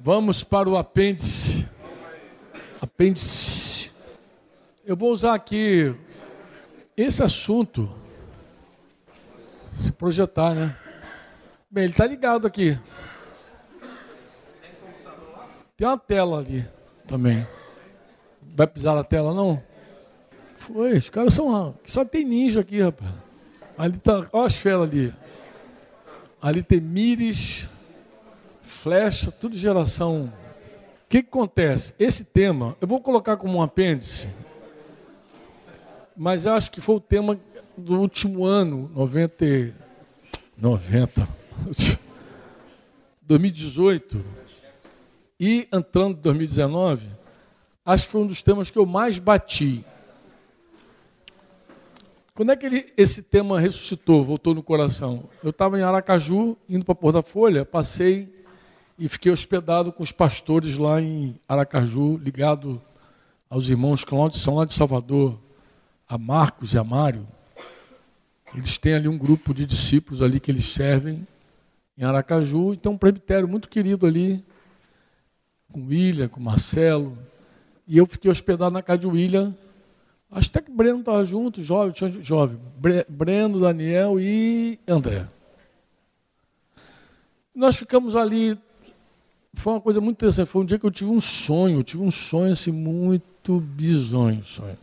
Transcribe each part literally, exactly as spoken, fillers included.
Vamos para o apêndice. Apêndice. Eu vou usar aqui esse assunto. Se projetar, né? Bem, ele está ligado aqui. Tem uma tela ali também. Vai pisar na tela, não? Foi, os caras são... Só tem ninja aqui, rapaz. Ali tá... Olha a esfera ali. Ali tem mires, flecha, tudo geração. O que, que acontece? Esse tema, eu vou colocar como um apêndice, mas eu acho que foi o tema do último ano, noventa... noventa... dois mil e dezoito, e entrando em dois mil e dezenove, acho que foi um dos temas que eu mais bati. Quando é que ele, esse tema ressuscitou, voltou no coração? Eu estava em Aracaju, indo para Porto da Folha, passei e fiquei hospedado com os pastores lá em Aracaju, ligado aos irmãos que são lá de Salvador, a Marcos e a Mário. Eles têm ali um grupo de discípulos ali que eles servem em Aracaju, e tem um presbitério muito querido ali, com o William, com o Marcelo, e eu fiquei hospedado na casa de William. Acho até que o Breno estava junto, jovem, jovem. Breno, Daniel e André. Nós ficamos ali, foi uma coisa muito interessante, foi um dia que eu tive um sonho, eu tive um sonho assim, muito bizonho. Sonho.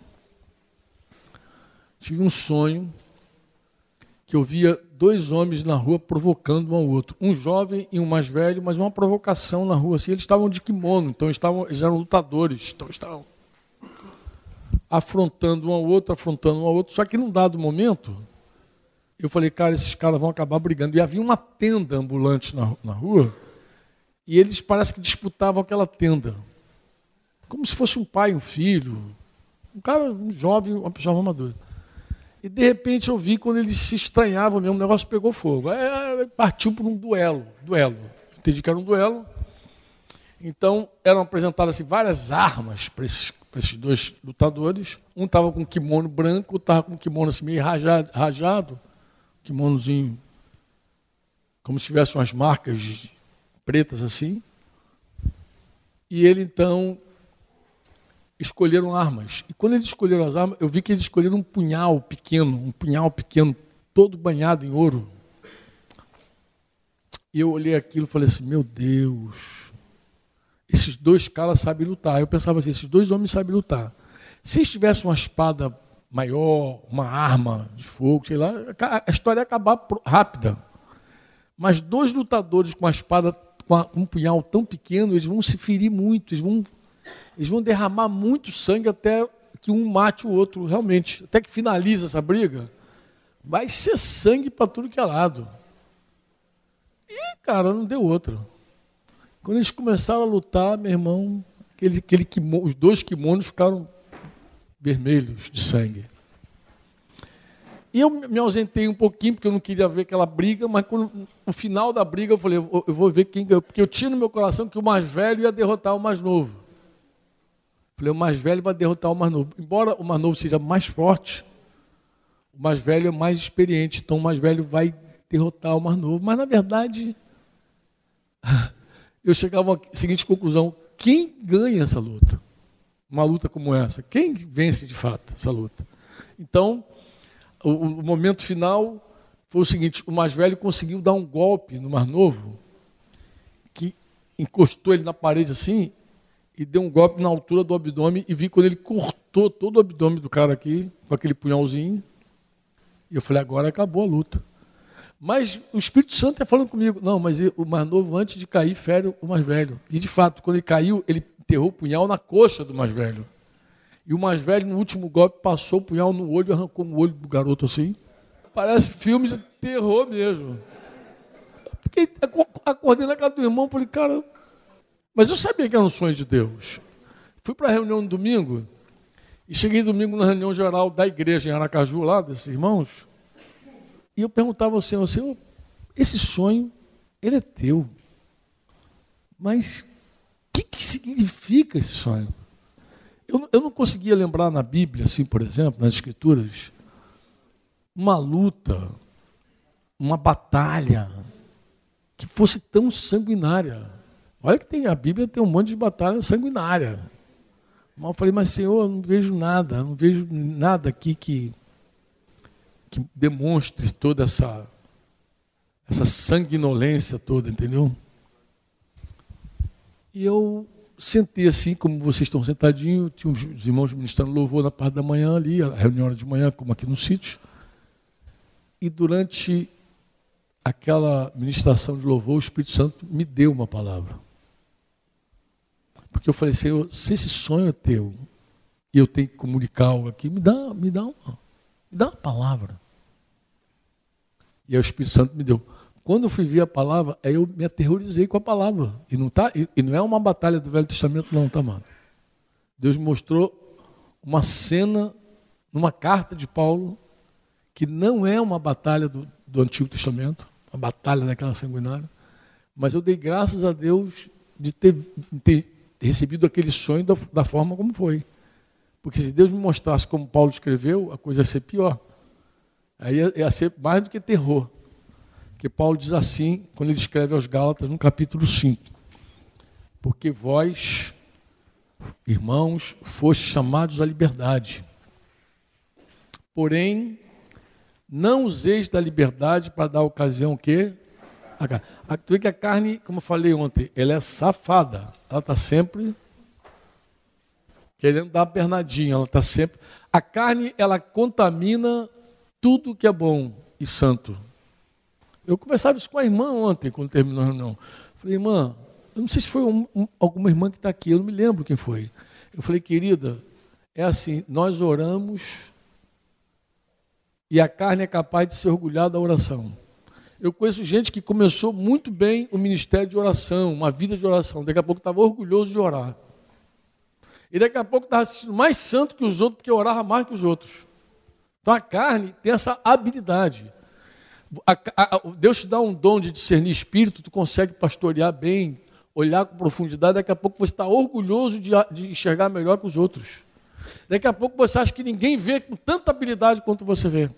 Tive um sonho que eu via dois homens na rua provocando um ao outro. Um jovem e um mais velho, mas uma provocação na rua. Assim, eles estavam de kimono, então eles, estavam, eles eram lutadores, então estavam afrontando um ao outro, afrontando um ao outro. Só que num dado momento, eu falei, cara, esses caras vão acabar brigando. E havia uma tenda ambulante na, na rua, e eles parece que disputavam aquela tenda. Como se fosse um pai, um filho, um cara, um jovem, uma pessoa madura. E de repente eu vi quando eles se estranhavam mesmo, o negócio pegou fogo. Aí partiu por um duelo, duelo. Entendi que era um duelo. Então eram apresentadas assim, várias armas para esses, para esses dois lutadores. Um estava com um kimono branco, outro estava com um kimono assim, meio rajado, rajado, kimonozinho, como se tivesse umas marcas pretas assim. E ele então escolheram armas. E quando eles escolheram as armas, eu vi que eles escolheram um punhal pequeno, um punhal pequeno, todo banhado em ouro. E eu olhei aquilo e falei assim, meu Deus, esses dois caras sabem lutar. Eu pensava assim, esses dois homens sabem lutar. Se eles tivessem uma espada maior, uma arma de fogo, sei lá, a história ia acabar rápida. Mas dois lutadores com uma espada, com um punhal tão pequeno, eles vão se ferir muito, eles vão Eles vão derramar muito sangue até que um mate o outro, realmente. Até que finaliza essa briga, vai ser sangue para tudo que é lado. E, cara, não deu outra. Quando eles começaram a lutar, meu irmão, aquele, aquele kimono, os dois kimonos ficaram vermelhos de sangue. E eu me ausentei um pouquinho, porque eu não queria ver aquela briga, mas quando, no final da briga eu falei, eu vou ver quem ganhou. Porque eu tinha no meu coração que o mais velho ia derrotar o mais novo. Falei, o mais velho vai derrotar o mais novo. Embora o mais novo seja mais forte, o mais velho é mais experiente. Então o mais velho vai derrotar o mais novo. Mas, na verdade, eu chegava à seguinte conclusão. Quem ganha essa luta? Uma luta como essa? Quem vence, de fato, essa luta? Então, o, o momento final foi o seguinte. O mais velho conseguiu dar um golpe no mais novo, que encostou ele na parede assim, e deu um golpe na altura do abdômen, e vi quando ele cortou todo o abdômen do cara aqui, com aquele punhalzinho, e eu falei, agora acabou a luta. Mas o Espírito Santo está falando comigo, não, mas o mais novo, antes de cair, fere o mais velho. E, de fato, quando ele caiu, ele enterrou o punhal na coxa do mais velho. E o mais velho, no último golpe, passou o punhal no olho e arrancou no olho do garoto assim. Parece filme de terror mesmo. Fiquei, acordei na casa do irmão e falei, cara... Mas eu sabia que era um sonho de Deus. Fui para a reunião no domingo, e cheguei domingo na reunião geral da igreja em Aracaju, lá, desses irmãos, e eu perguntava ao Senhor, Senhor, esse sonho, ele é teu, mas o que, que significa esse sonho? Eu, eu não conseguia lembrar na Bíblia, assim, por exemplo, nas Escrituras, uma luta, uma batalha que fosse tão sanguinária. Olha que tem, a Bíblia tem um monte de batalha sanguinária. Mas eu falei, mas Senhor, eu não vejo nada, não vejo nada aqui que, que demonstre toda essa, essa sanguinolência toda, entendeu? E eu sentei assim, como vocês estão sentadinhos, tinha os irmãos ministrando louvor na parte da manhã ali, a reunião era de manhã, como aqui no sítio. E durante aquela ministração de louvor, o Espírito Santo me deu uma palavra. Porque eu falei, Senhor, se esse sonho é teu, e eu tenho que comunicar algo aqui, me dá, me dá uma, me dá uma palavra. E aí o Espírito Santo me deu. Quando eu fui ver a palavra, aí eu me aterrorizei com a palavra. E não, tá, e, e não é uma batalha do Velho Testamento, não, tá, amado? Deus me mostrou uma cena, numa carta de Paulo, que não é uma batalha do, do Antigo Testamento, uma batalha daquela sanguinária, mas eu dei graças a Deus de ter, de ter recebido aquele sonho da, da forma como foi. Porque se Deus me mostrasse como Paulo escreveu, a coisa ia ser pior. Aí ia, ia ser mais do que terror. Porque Paulo diz assim, quando ele escreve aos Gálatas, no capítulo cinco. Porque vós, irmãos, fostes chamados à liberdade. Porém, não useis da liberdade para dar ocasião o quê? A carne. Tu vê que a carne, como eu falei ontem, ela é safada. Ela está sempre querendo dar uma pernadinha. Ela está sempre... A carne, ela contamina tudo que é bom e santo. Eu conversava isso com a irmã ontem, quando terminou a reunião. Falei, irmã, eu não sei se foi um, um, alguma irmã que está aqui, eu não me lembro quem foi. Eu falei, querida, é assim, nós oramos e a carne é capaz de se orgulhar da oração. Eu conheço gente que começou muito bem o ministério de oração, uma vida de oração. Daqui a pouco estava orgulhoso de orar. E daqui a pouco estava assistindo mais santo que os outros, porque orava mais que os outros. Então a carne tem essa habilidade. A, a, Deus te dá um dom de discernir espírito, tu consegue pastorear bem, olhar com profundidade, daqui a pouco você está orgulhoso de, de enxergar melhor que os outros. Daqui a pouco você acha que ninguém vê com tanta habilidade quanto você vê.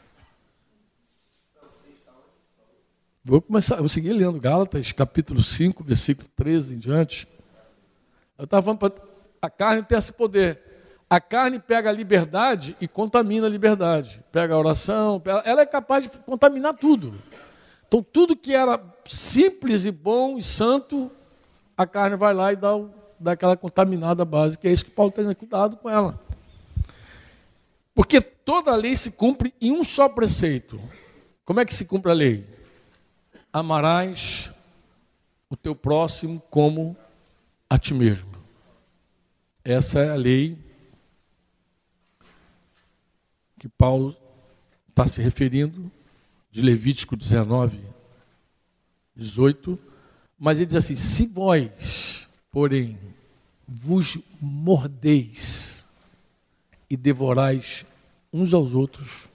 Vou começar, vou seguir lendo Gálatas, capítulo cinco, versículo treze em diante. Eu estava falando para a carne ter esse poder. A carne pega a liberdade e contamina a liberdade. Pega a oração, ela é capaz de contaminar tudo. Então, tudo que era simples e bom e santo, a carne vai lá e dá, dá aquela contaminada básica. É isso que Paulo tem cuidado com ela. Porque toda a lei se cumpre em um só preceito. Como é que se cumpre a lei? Amarás o teu próximo como a ti mesmo. Essa é a lei que Paulo está se referindo, de Levítico dezenove, dezoito, mas ele diz assim, se vós, porém, vos mordeis e devorais uns aos outros,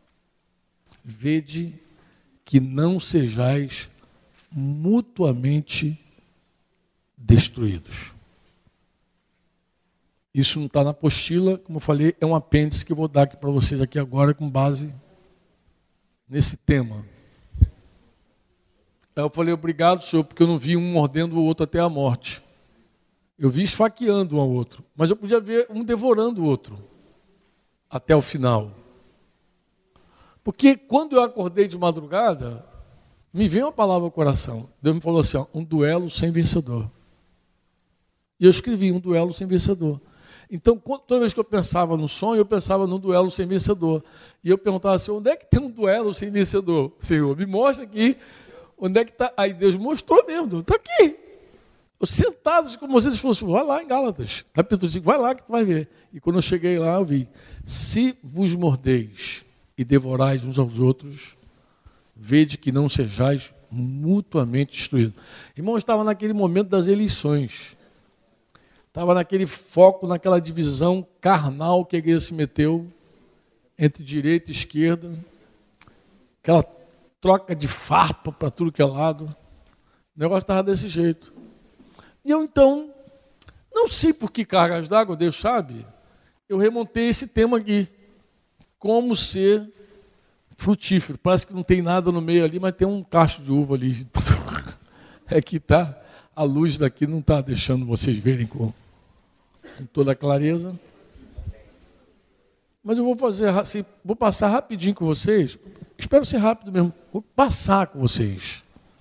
vede que não sejais mutuamente destruídos. Isso não está na apostila, como eu falei, é um apêndice que eu vou dar aqui para vocês aqui agora, com base nesse tema. Aí eu falei, obrigado, senhor, porque eu não vi um mordendo o outro até a morte. Eu vi esfaqueando um ao outro, mas eu podia ver um devorando o outro até o final. Porque quando eu acordei de madrugada, me veio uma palavra ao coração. Deus me falou assim, ó, um duelo sem vencedor. E eu escrevi um duelo sem vencedor. Então, toda vez que eu pensava no sonho, eu pensava num duelo sem vencedor. E eu perguntava assim, onde é que tem um duelo sem vencedor? Senhor, me mostra aqui, onde é que está? Aí Deus mostrou mesmo, está aqui. Sentados como vocês fossem, vai lá em Gálatas, capítulo cinco, vai lá que tu vai ver. E quando eu cheguei lá, eu vi, se vos mordeis e devorais uns aos outros, vede que não sejais mutuamente destruídos. Irmão, eu estava naquele momento das eleições. Estava naquele foco, naquela divisão carnal que a igreja se meteu entre direita e esquerda. Aquela troca de farpa para tudo que é lado. O negócio estava desse jeito. E eu, então, não sei por que cargas d'água, Deus sabe, eu remontei esse tema aqui. Como ser frutífero. Parece que não tem nada no meio ali, mas tem um cacho de uva ali. É que está a luz daqui não está deixando vocês verem com, com toda a clareza. Mas eu vou fazer assim, vou passar rapidinho com vocês. Espero ser rápido mesmo. Vou passar com vocês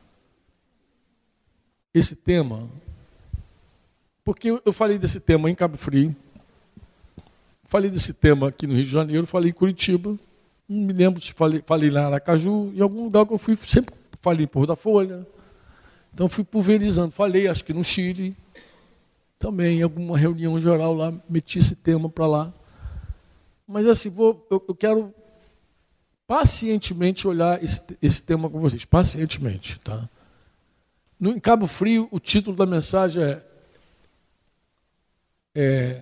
esse tema, porque eu falei desse tema em Cabo Frio, falei desse tema aqui no Rio de Janeiro, falei em Curitiba, não me lembro se falei, falei lá em Aracaju, em algum lugar que eu fui, sempre falei em Porto da Folha. Então fui pulverizando, falei acho que no Chile, também em alguma reunião geral lá, meti esse tema para lá. Mas assim, vou, eu, eu quero pacientemente olhar esse, esse tema com vocês, pacientemente, tá? No, em Cabo Frio, o título da mensagem é, é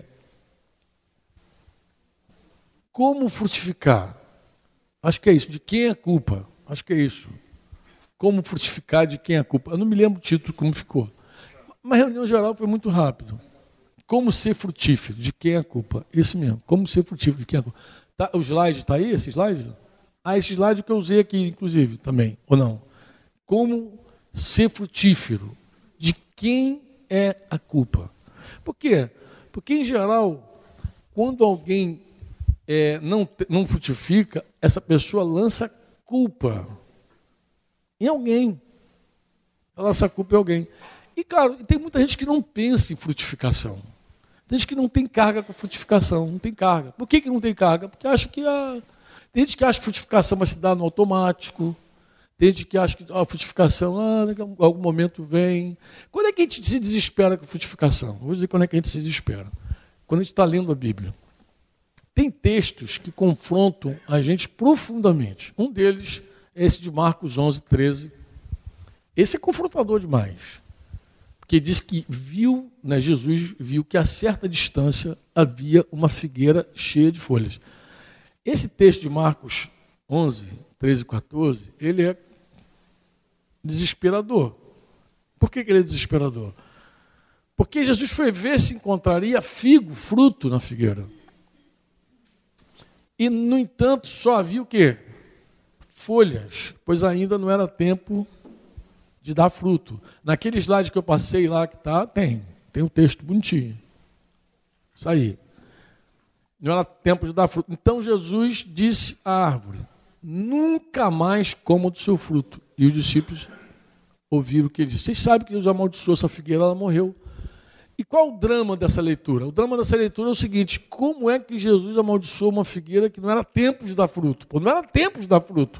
Como frutificar? Acho que é isso. De quem é a culpa? Acho que é isso. Como frutificar, de quem é a culpa? Eu não me lembro o título, como ficou. Mas a reunião geral foi muito rápido. Como ser frutífero, de quem é a culpa? Isso mesmo. Como ser frutífero, de quem é a culpa? Tá, o slide está aí, esse slide? Ah, esse slide que eu usei aqui, inclusive, também, ou não? Como ser frutífero, de quem é a culpa? Por quê? Porque, em geral, quando alguém é, não, não frutifica, essa pessoa lança culpa em alguém. Ela lança culpa em alguém. E, claro, tem muita gente que não pensa em frutificação. Tem gente que não tem carga com frutificação, não tem carga. Por que, que não tem carga? Porque acha que a... Tem gente que acha que frutificação vai se dar no automático. Tem gente que acha que a frutificação, ah, em algum momento vem. Quando é que a gente se desespera com a frutificação? Vou dizer quando é que a gente se desespera. Quando a gente está lendo a Bíblia. Tem textos que confrontam a gente profundamente. Um deles é esse de Marcos onze, treze. Esse é confrontador demais. Porque diz que viu, né, Jesus viu que a certa distância havia uma figueira cheia de folhas. Esse texto de Marcos onze, treze e quatorze, ele é desesperador. Por que ele é desesperador? Porque Jesus foi ver se encontraria figo, fruto na figueira. E, no entanto, só havia o quê? Folhas, pois ainda não era tempo de dar fruto. Naquele slide que eu passei lá, que tá, tem, tem um texto bonitinho. Isso aí. Não era tempo de dar fruto. Então Jesus disse à árvore, nunca mais coma do seu fruto. E os discípulos ouviram o que ele disse. Vocês sabem que Deus amaldiçoou essa figueira, ela morreu. E qual o drama dessa leitura? O drama dessa leitura é o seguinte, como é que Jesus amaldiçoou uma figueira que não era tempo de dar fruto? Pô, não era tempo de dar fruto.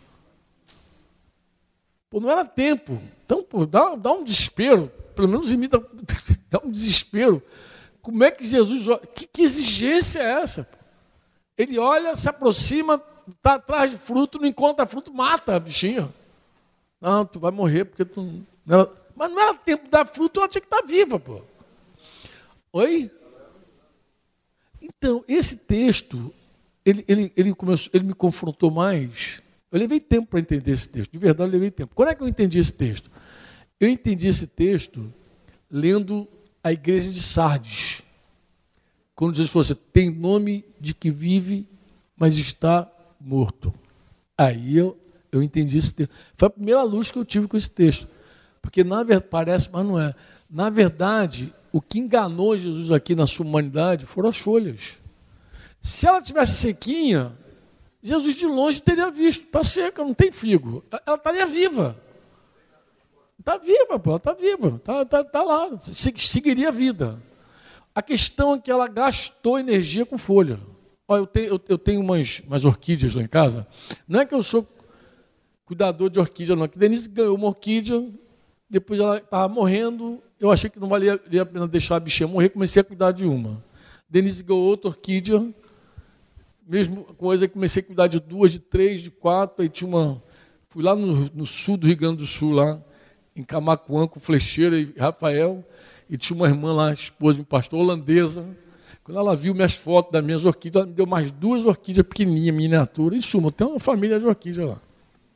Pô, não era tempo. Então, pô, dá, dá um desespero, pelo menos imita, dá um desespero. Como é que Jesus olha? Que, que exigência é essa? Ele olha, se aproxima, está atrás de fruto, não encontra fruto, mata a bichinha. Não, tu vai morrer porque tu... Não era... Mas não era tempo de dar fruto, ela tinha que estar viva, pô. Oi? Então, esse texto, ele, ele, ele, começou, ele me confrontou mais. Eu levei tempo para entender esse texto, de verdade eu levei tempo. Quando é que eu entendi esse texto? Eu entendi esse texto lendo a igreja de Sardes. Quando Jesus falou assim, tem nome de que vive, mas está morto. Aí eu, eu entendi esse texto. Foi a primeira luz que eu tive com esse texto. Porque, na verdade, parece, mas não é. Na verdade, o que enganou Jesus aqui na sua humanidade foram as folhas. Se ela tivesse sequinha, Jesus de longe teria visto. Está seca, não tem figo. Ela estaria viva. Está viva, pô, ela está viva. Está tá, tá lá, seguiria a vida. A questão é que ela gastou energia com folha. Olha, eu tenho, eu, eu tenho umas, umas orquídeas lá em casa. Não é que eu sou cuidador de orquídea, não. Que Denise ganhou uma orquídea, depois ela estava morrendo, eu achei que não valia a pena deixar a bichinha morrer, comecei a cuidar de uma. Denise ganhou outra orquídea, mesma coisa, comecei a cuidar de duas, de três, de quatro, aí tinha uma... Fui lá no, no sul do Rio Grande do Sul, lá, em Camaquã, com Flecheira e Rafael, e tinha uma irmã lá, esposa de um pastor, holandesa. Quando ela viu minhas fotos das minhas orquídeas, ela me deu mais duas orquídeas pequenininhas, miniatura. Em suma, tem uma família de orquídeas lá.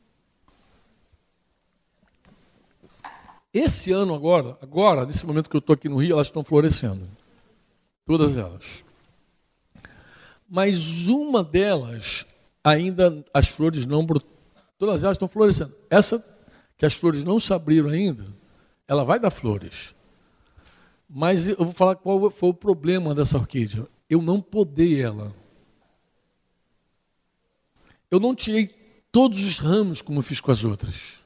Esse ano agora, agora, nesse momento que eu estou aqui no Rio, elas estão florescendo. Todas elas. Mas uma delas, ainda as flores não brotaram. Todas elas estão florescendo. Essa, que as flores não se abriram ainda, ela vai dar flores. Mas eu vou falar qual foi o problema dessa orquídea. Eu não podei ela. Eu não tirei todos os ramos como eu fiz com as outras.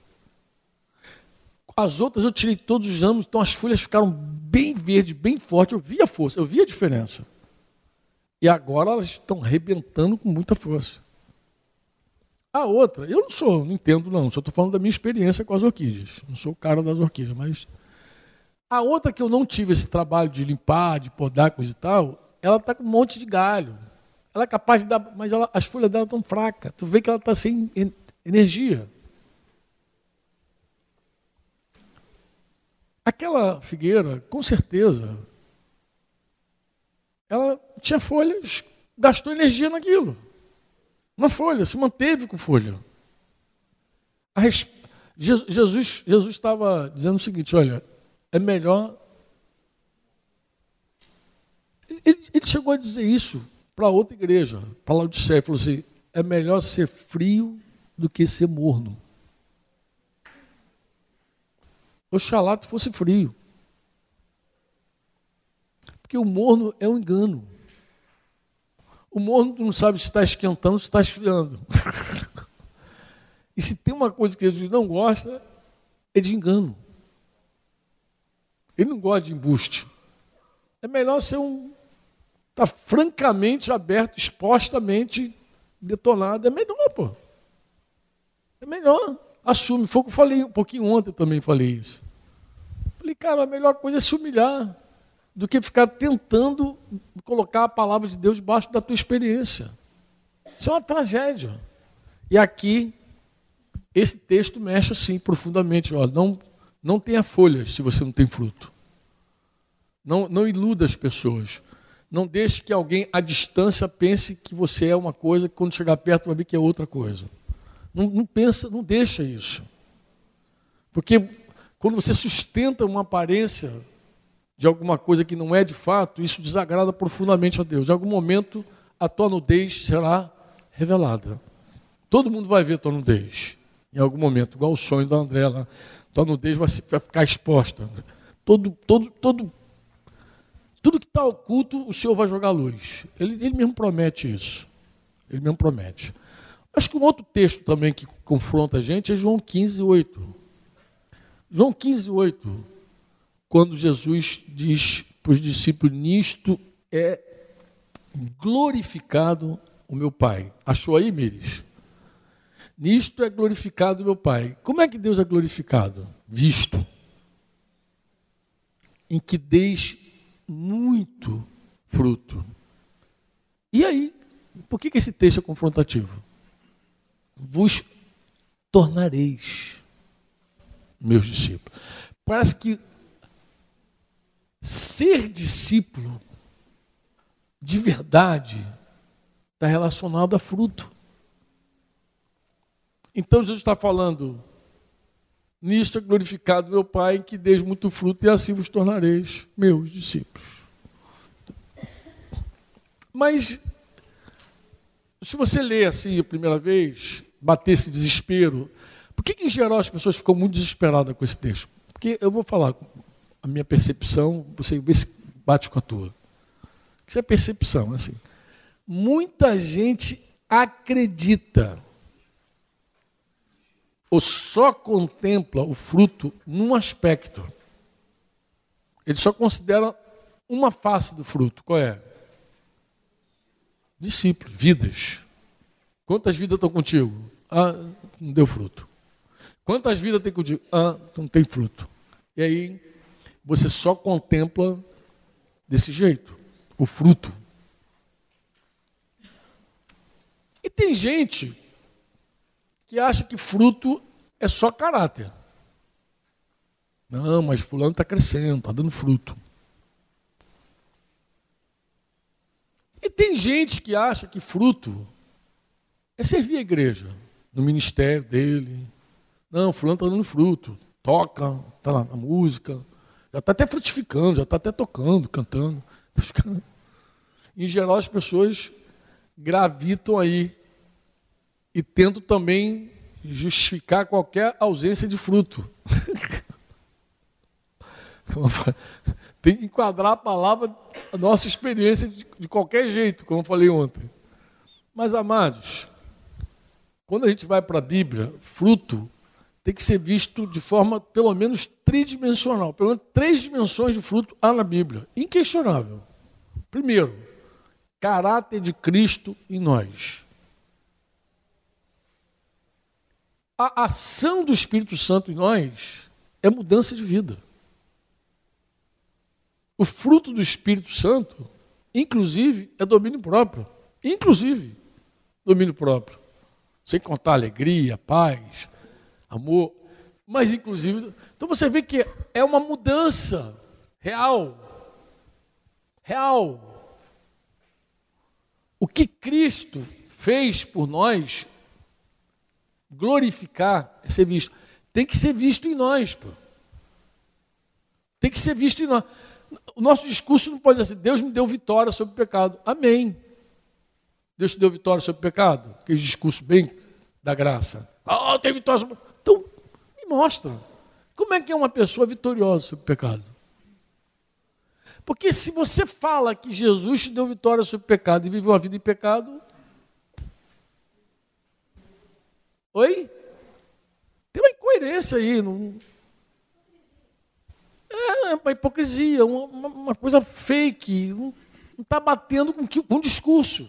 As outras eu tirei todos os ramos, então as folhas ficaram bem verdes, bem fortes. Eu vi a força, eu vi a diferença. E agora elas estão arrebentando com muita força. A outra, eu não sou, não entendo não, só estou falando da minha experiência com as orquídeas. Não sou o cara das orquídeas, mas... A outra que eu não tive esse trabalho de limpar, de podar, coisa e tal, ela está com um monte de galho. Ela é capaz de dar, mas ela, as folhas dela estão fracas. Tu vê que ela está sem energia. Aquela figueira, com certeza, ela tinha folhas, gastou energia naquilo. Na folha, se manteve com folha. A res... Jesus, Jesus estava dizendo o seguinte, olha, é melhor... Ele, ele chegou a dizer isso para outra igreja, para Laodiceia, ele falou assim, é melhor ser frio do que ser morno. Oxalá tu fosse frio. Porque o morno é um engano. O morno tu não sabe se está esquentando ou se está esfriando. E se tem uma coisa que Jesus não gosta, é de engano. Ele não gosta de embuste. É melhor ser um... Está francamente aberto, expostamente detonado. É melhor, pô. É melhor. Assume. Foi o que eu falei um pouquinho ontem também, falei isso. Falei, cara, a melhor coisa é se humilhar do que ficar tentando colocar a palavra de Deus debaixo da tua experiência. Isso é uma tragédia. E aqui, esse texto mexe assim profundamente. Ó, não, não tenha folhas se você não tem fruto. Não, não iluda as pessoas. Não deixe que alguém à distância pense que você é uma coisa, que quando chegar perto vai ver que é outra coisa. Não, não pensa, não deixa isso. Porque quando você sustenta uma aparência de alguma coisa que não é de fato, isso desagrada profundamente a Deus. Em algum momento, a tua nudez será revelada. Todo mundo vai ver a tua nudez. Em algum momento, igual o sonho da André lá. Tua nudez vai, vai ficar exposta. Todo, todo, todo, tudo que está oculto, o Senhor vai jogar luz. Ele, ele mesmo promete isso. Ele mesmo promete. Acho que um outro texto também que confronta a gente é João quinze, oito. João quinze, oito. Quando Jesus diz para os discípulos, nisto é glorificado o meu Pai. Achou aí, Mires? Nisto é glorificado o meu Pai. Como é que Deus é glorificado? Visto. Em que deis muito fruto. E aí, por que esse texto é confrontativo? Vos tornareis meus discípulos. Parece que ser discípulo de verdade está relacionado a fruto. Então Jesus está falando, nisto é glorificado meu Pai, que deis muito fruto, e assim vos tornareis meus discípulos. Mas, se você ler assim a primeira vez, bater esse desespero, por que, que em geral as pessoas ficam muito desesperadas com esse texto? Porque eu vou falar a minha percepção, você vê se bate com a tua. Isso é percepção, assim. Muita gente acredita ou só contempla o fruto num aspecto. Ele só considera uma face do fruto. Qual é? Discípulos, vidas. Quantas vidas estão contigo? Ah, não deu fruto. Quantas vidas tem contigo? Ah, não tem fruto. E aí, você só contempla desse jeito, o fruto. E tem gente que acha que fruto é só caráter. Não, mas fulano está crescendo, está dando fruto. E tem gente que acha que fruto é servir a igreja, no ministério dele. Não, fulano está dando fruto, toca, está na música, já está até frutificando, já está até tocando, cantando. Em geral, as pessoas gravitam aí e tentam também justificar qualquer ausência de fruto. Tem que enquadrar a palavra, a nossa experiência de, de qualquer jeito, como eu falei ontem. Mas, amados, quando a gente vai para a Bíblia, fruto tem que ser visto de forma, pelo menos, tridimensional. Pelo menos três dimensões de fruto há na Bíblia. Inquestionável. Primeiro, caráter de Cristo em nós. A ação do Espírito Santo em nós é mudança de vida. O fruto do Espírito Santo, inclusive, é domínio próprio. Inclusive, domínio próprio. Sem contar alegria, paz, amor. Mas, inclusive... Então, você vê que é uma mudança real. Real. O que Cristo fez por nós, glorificar, é ser visto. Tem que ser visto em nós, pô. Tem que ser visto em nós. O nosso discurso não pode ser assim, Deus me deu vitória sobre o pecado. Amém. Deus te deu vitória sobre o pecado? Aquele discurso bem da graça. Ah, oh, tem vitória sobre o pecado. Então, me mostra. Como é que é uma pessoa vitoriosa sobre o pecado? Porque se você fala que Jesus te deu vitória sobre o pecado e viveu uma vida em pecado... Oi? Tem uma incoerência aí. Não... É uma hipocrisia, uma, uma coisa fake. Não está batendo com, com o discurso.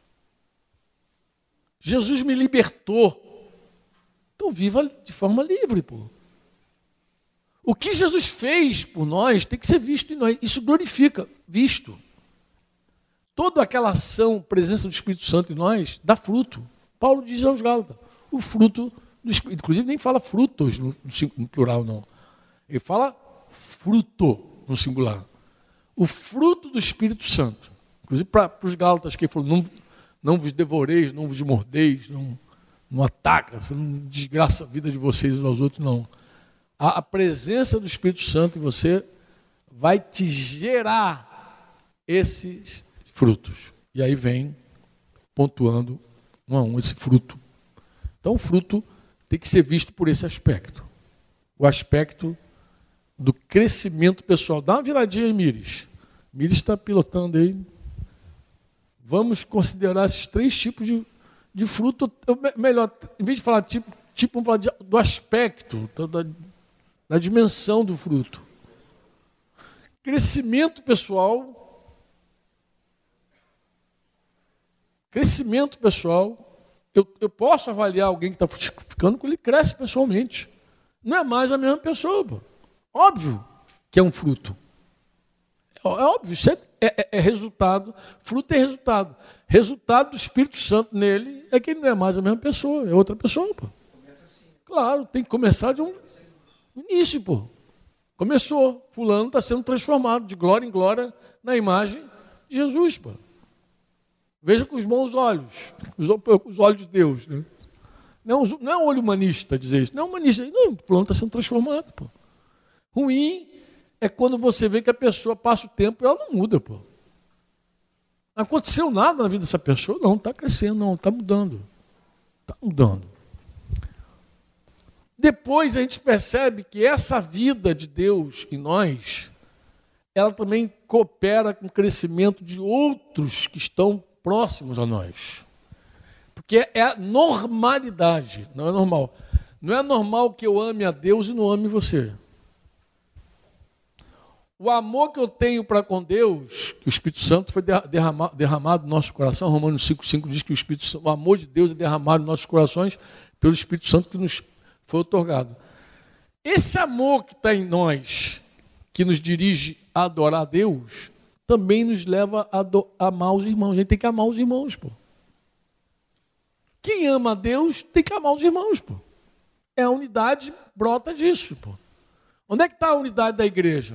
Jesus me libertou. Então viva de forma livre, pô. O que Jesus fez por nós tem que ser visto em nós. Isso glorifica, visto. Toda aquela ação, presença do Espírito Santo em nós, dá fruto. Paulo diz aos Gálatas, o fruto do Espírito. Inclusive nem fala frutos no, no plural, não. Ele fala fruto no singular. O fruto do Espírito Santo. Inclusive para os Gálatas, que ele falou, não, não vos devoreis, não vos mordeis, não, não ataca, não desgraça a vida de vocês uns aos outros, não. A, a presença do Espírito Santo em você vai te gerar esses frutos. E aí vem pontuando um a um esse fruto. Então o fruto tem que ser visto por esse aspecto. O aspecto do crescimento pessoal. Dá uma viradinha aí, Mires. Mires está pilotando aí. Vamos considerar esses três tipos de, de fruto. Eu, melhor, em vez de falar tipo, tipo vamos falar de, do aspecto, da, da dimensão do fruto. Crescimento pessoal. Crescimento pessoal. Eu, eu posso avaliar alguém que está frutificando quando ele cresce pessoalmente. Não é mais a mesma pessoa, pô. Óbvio que é um fruto. É, é óbvio, isso é, é, é resultado. Fruto é resultado. Resultado do Espírito Santo nele é que ele não é mais a mesma pessoa, é outra pessoa, pô. Claro, tem que começar de um início, pô. Começou, fulano está sendo transformado de glória em glória na imagem de Jesus, pô. Veja com os bons olhos, os olhos de Deus, né? Não, não é um olho humanista dizer isso, não é humanista, não, o fulano está sendo transformado, pô. Ruim é quando você vê que a pessoa passa o tempo e ela não muda, pô. Não aconteceu nada na vida dessa pessoa, não, está crescendo, não, está mudando. Está mudando. Depois a gente percebe que essa vida de Deus em nós, ela também coopera com o crescimento de outros que estão próximos a nós. Porque é a normalidade, não é normal. Não é normal que eu ame a Deus e não ame você. O amor que eu tenho para com Deus, que o Espírito Santo foi derramado, derramado no nosso coração, Romanos cinco, cinco diz que o, Espírito, o amor de Deus é derramado nos nossos corações pelo Espírito Santo que nos foi otorgado. Esse amor que está em nós, que nos dirige a adorar a Deus, também nos leva a, do, a amar os irmãos. A gente tem que amar os irmãos, pô. Quem ama a Deus tem que amar os irmãos, pô. É a unidade, brota disso, pô. Onde é que está a unidade da igreja?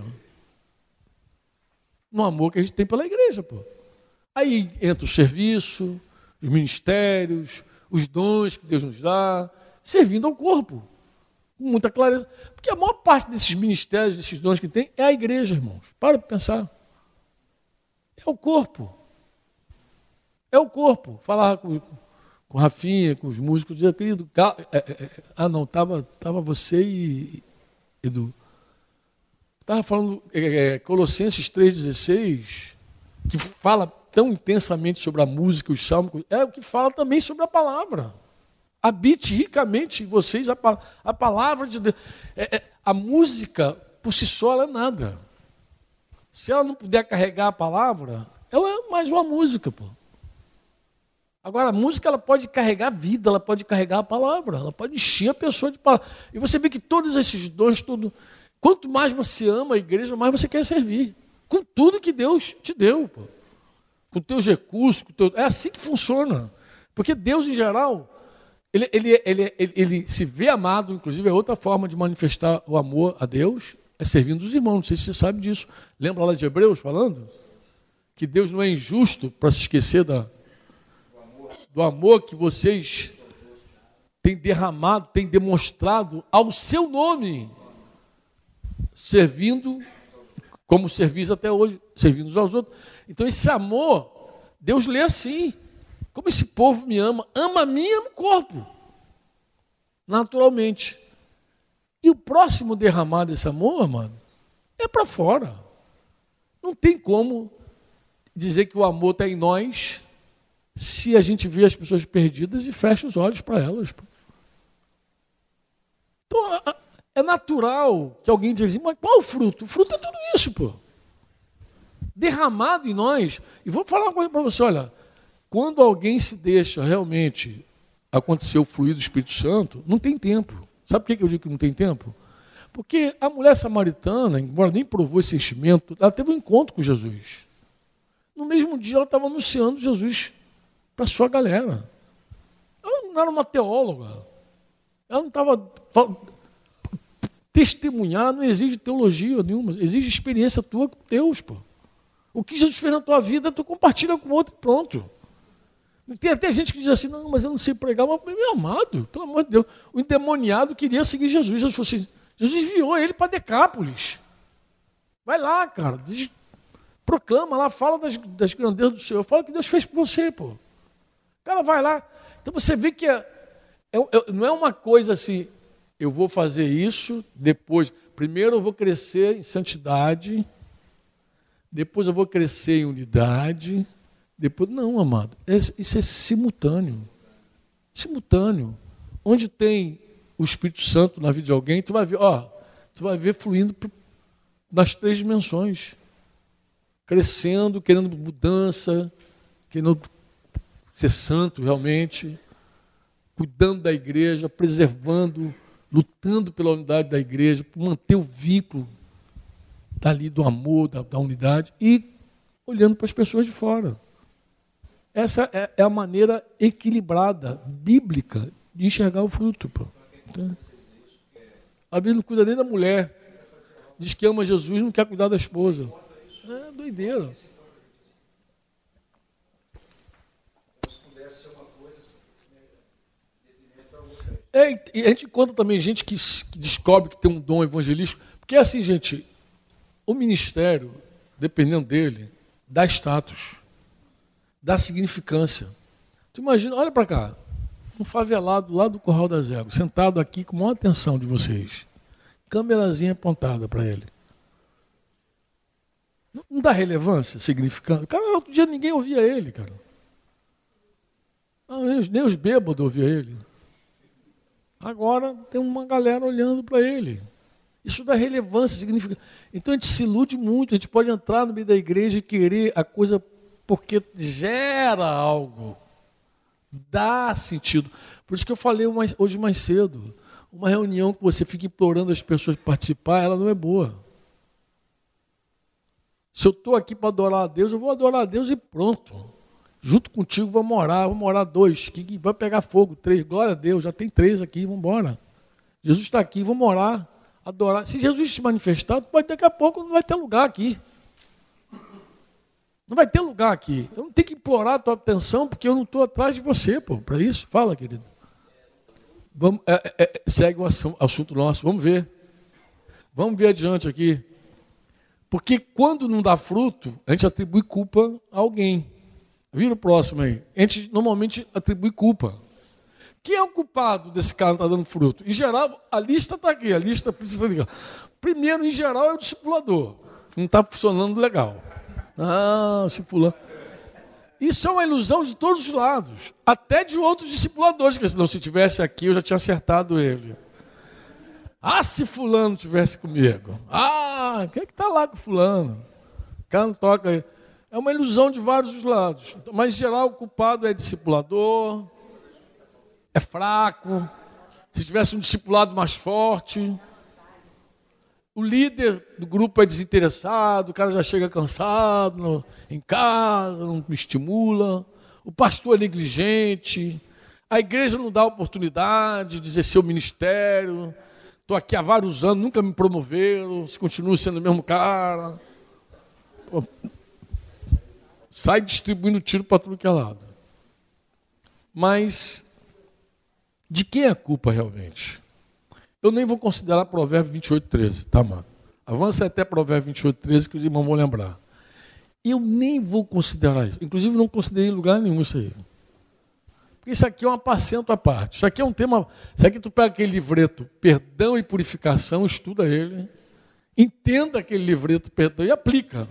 No amor que a gente tem pela igreja, pô. Aí entra o serviço, os ministérios, os dons que Deus nos dá, servindo ao corpo, com muita clareza. Porque a maior parte desses ministérios, desses dons que tem, é a igreja, irmãos. Para de pensar. É o corpo. É o corpo. Falar com, com Rafinha, com os músicos, dizer, querido, é, é, ah não, estava tava você e Edu. Estava falando é, Colossenses três dezesseis, que fala tão intensamente sobre a música, os salmos, é o que fala também sobre a palavra. Habite ricamente em vocês a, a palavra de Deus. É, é, a música, por si só, ela é nada. Se ela não puder carregar a palavra, ela é mais uma música, pô. Agora, a música ela pode carregar a vida, ela pode carregar a palavra, ela pode encher a pessoa de palavra. E você vê que todos esses dons, tudo, quanto mais você ama a igreja, mais você quer servir. Com tudo que Deus te deu, pô. Com teus recursos, com teu... é assim que funciona. Porque Deus, em geral, ele, ele, ele, ele, ele se vê amado, inclusive é outra forma de manifestar o amor a Deus, é servindo os irmãos. Não sei se você sabe disso. Lembra lá de Hebreus falando? Que Deus não é injusto para se esquecer da... do amor que vocês têm derramado, têm demonstrado ao seu nome, servindo como servis até hoje, servindo uns aos outros. Então esse amor, Deus lê assim, como esse povo me ama, ama a mim e ama o corpo, naturalmente. E o próximo derramar desse amor, amado, é para fora. Não tem como dizer que o amor está em nós, se a gente vê as pessoas perdidas e fecha os olhos para elas. Então, é natural que alguém diga assim, mas qual o fruto? O fruto é tudo isso, pô. Derramado em nós. E vou falar uma coisa para você, olha, quando alguém se deixa realmente acontecer o fluir do Espírito Santo, não tem tempo. Sabe por que eu digo que não tem tempo? Porque a mulher samaritana, embora nem provou esse enchimento, ela teve um encontro com Jesus. No mesmo dia ela estava anunciando Jesus para a sua galera. Ela não era uma teóloga. Ela não estava... Testemunhar não exige teologia nenhuma, exige experiência tua com Deus, pô. O que Jesus fez na tua vida, tu compartilha com o outro e pronto. Tem até gente que diz assim, não, mas eu não sei pregar, mas meu amado, pelo amor de Deus, o endemoniado queria seguir Jesus. Jesus, falou assim, Jesus enviou ele para Decápolis. Vai lá, cara, diz, proclama lá, fala das, das grandezas do Senhor, fala o que Deus fez por você, pô. O cara vai lá. Então você vê que é, é, é, não é uma coisa assim, eu vou fazer isso, depois, primeiro eu vou crescer em santidade, depois eu vou crescer em unidade, depois, não, amado, isso é simultâneo. Simultâneo. Onde tem o Espírito Santo na vida de alguém, tu vai ver, ó, tu vai ver fluindo nas três dimensões. Crescendo, querendo mudança, querendo ser santo realmente, cuidando da igreja, preservando, lutando pela unidade da igreja, por manter o vínculo dali do amor, da, da unidade, e olhando para as pessoas de fora. Essa é, é a maneira equilibrada, bíblica, de enxergar o fruto. Pô. A Bíblia não cuida nem da mulher. Diz que ama Jesus, não quer cuidar da esposa. É doideira. É, e a gente encontra também gente que, que descobre que tem um dom evangelístico, porque é assim, gente, o ministério, dependendo dele, dá status, dá significância. Tu imagina, olha para cá, um favelado lá do Curral das Éguas, sentado aqui com a maior atenção de vocês, câmerazinha apontada para ele. Não, não dá relevância, significância? Cara, outro dia ninguém ouvia ele, cara. Não, nem, os, nem os bêbados ouviam ele. Agora tem uma galera olhando para ele. Isso dá relevância, significa. Então a gente se ilude muito, a gente pode entrar no meio da igreja e querer a coisa porque gera algo, dá sentido. Por isso que eu falei mais, hoje mais cedo, uma reunião que você fica implorando as pessoas para participar, ela não é boa. Se eu estou aqui para adorar a Deus, eu vou adorar a Deus e pronto. Junto contigo vamos orar, vamos orar dois, que vai pegar fogo, três, glória a Deus, já tem três aqui, vamos embora. Jesus está aqui, vamos orar, adorar. Se Jesus se manifestar, pode daqui a pouco não vai ter lugar aqui. Não vai ter lugar aqui. Eu não tenho que implorar a tua atenção, porque eu não estou atrás de você, pô, para isso. Fala, querido. Vamos, é, é, segue o assunto nosso, vamos ver. Vamos ver adiante aqui. Porque quando não dá fruto, a gente atribui culpa a alguém. Vira o próximo aí. A gente normalmente atribui culpa. Quem é o culpado desse cara que está dando fruto? Em geral, a lista está aqui, a lista precisa ligar. Primeiro, em geral, é o discipulador. Não está funcionando legal. Ah, discipulando. Isso é uma ilusão de todos os lados. Até de outros discipuladores, que senão se tivesse aqui, eu já tinha acertado ele. Ah, se fulano tivesse comigo. Ah, quem é que está lá com fulano? O cara não toca aí. É uma ilusão de vários lados. Mas, em geral, o culpado é discipulador, é fraco. Se tivesse um discipulado mais forte, o líder do grupo é desinteressado, o cara já chega cansado no, em casa, não me estimula. O pastor é negligente, a igreja não dá oportunidade de exercer o ministério. Estou aqui há vários anos, nunca me promoveram, se continua sendo o mesmo cara. Pô, sai distribuindo tiro para tudo que é lado. Mas de quem é a culpa realmente? Eu nem vou considerar Provérbios vinte e oito, treze, tá, mano? Avança até Provérbios vinte e oito, treze, que os irmãos vão lembrar. Eu nem vou considerar isso. Inclusive, não considerei em lugar nenhum isso aí. Porque isso aqui é um apacento à parte. Isso aqui é um tema... Isso aqui tu pega aquele livreto, perdão e purificação, estuda ele, entenda aquele livreto, perdão, e aplica.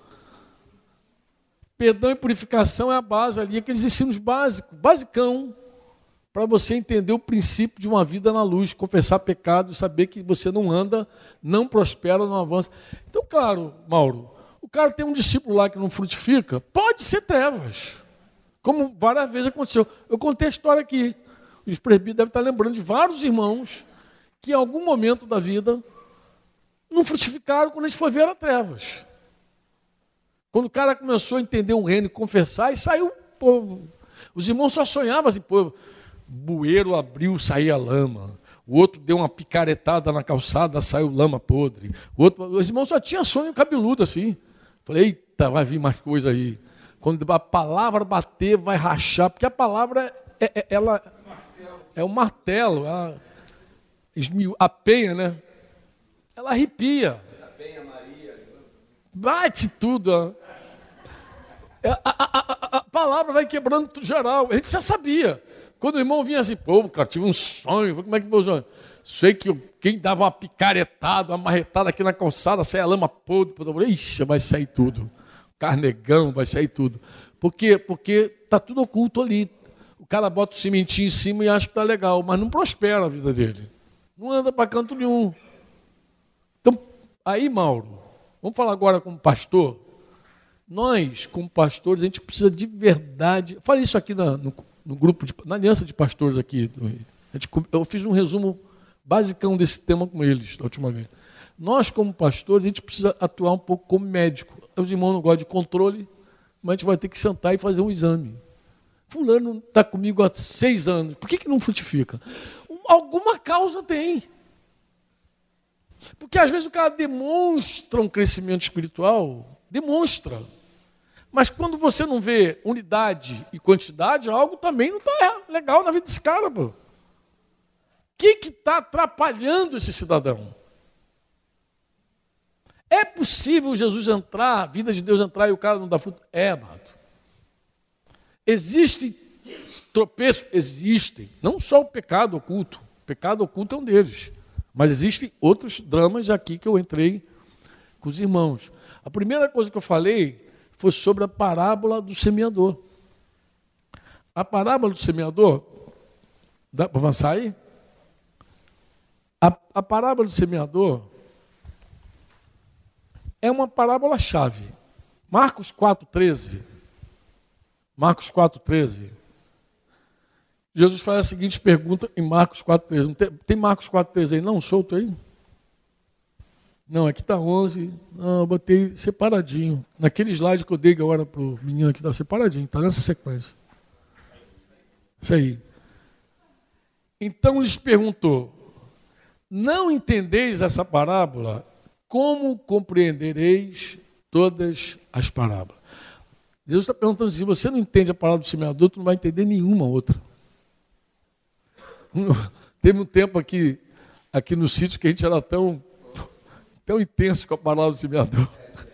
Perdão e purificação é a base ali, aqueles ensinos básicos, basicão, para você entender o princípio de uma vida na luz, confessar pecado, saber que você não anda, não prospera, não avança. Então, claro, Mauro, o cara tem um discípulo lá que não frutifica, pode ser trevas, como várias vezes aconteceu. Eu contei a história aqui, os presbíteros devem estar lembrando de vários irmãos que em algum momento da vida não frutificaram quando eles foram ver a trevas. Quando o cara começou a entender o reino e confessar, e saiu, pô, os irmãos só sonhavam assim, pô, bueiro abriu, saía lama. O outro deu uma picaretada na calçada, saiu lama podre. O outro, os irmãos só tinham sonho cabeludo assim. Falei, eita, vai vir mais coisa aí. Quando a palavra bater, vai rachar, porque a palavra, é, é, ela é um martelo, ela, a penha, né? Ela arrepia. Bate tudo, ó. A, a, a, a palavra vai quebrando tudo geral. A gente já sabia. Quando o irmão vinha assim, pô, cara, tive um sonho. Como é que foi o sonho? Sei que quem dava uma picaretada, uma marretada aqui na calçada, saia lama podre. Eu falei, ixi, vai sair tudo. Carnegão, vai sair tudo. Por quê? Porque está tudo oculto ali. O cara bota o cimentinho em cima e acha que está legal, mas não prospera a vida dele. Não anda para canto nenhum. Então, aí, Mauro, vamos falar agora como pastor. Nós, como pastores, a gente precisa de verdade... Falei isso aqui na, no, no grupo, de, na aliança de pastores aqui. A gente, eu fiz um resumo basicão desse tema com eles, da última vez. Nós, como pastores, a gente precisa atuar um pouco como médico. Os irmãos não gostam de controle, mas a gente vai ter que sentar e fazer um exame. Fulano está comigo há seis anos. Por que, que não frutifica? Alguma causa tem. Porque às vezes o cara demonstra um crescimento espiritual... Demonstra. Mas quando você não vê unidade e quantidade, algo também não está legal na vida desse cara. O que está atrapalhando esse cidadão? É possível Jesus entrar, a vida de Deus entrar e o cara não dá fruto? É, amado. Existem tropeços? Existem. Não só o pecado oculto. O pecado oculto é um deles. Mas existem outros dramas aqui que eu entrei com os irmãos. A primeira coisa que eu falei foi sobre a parábola do semeador. A parábola do semeador, dá para avançar aí? A, a parábola do semeador é uma parábola-chave. Marcos quatro, treze. Marcos quatro, treze. Jesus faz a seguinte pergunta em Marcos quatro, treze. Tem, tem Marcos quatro, treze aí? Não, solto aí? Não, aqui está onze. Não, eu botei separadinho. Naquele slide que eu dei agora para o menino aqui, está separadinho, está nessa sequência. Isso aí. Então lhes perguntou, não entendeis essa parábola? Como compreendereis todas as parábolas? Deus está perguntando assim, se você não entende a parábola do semeador, tu não vai entender nenhuma outra. Teve um tempo aqui, aqui no sítio que a gente era tão... tão intenso com a palavra do semeador.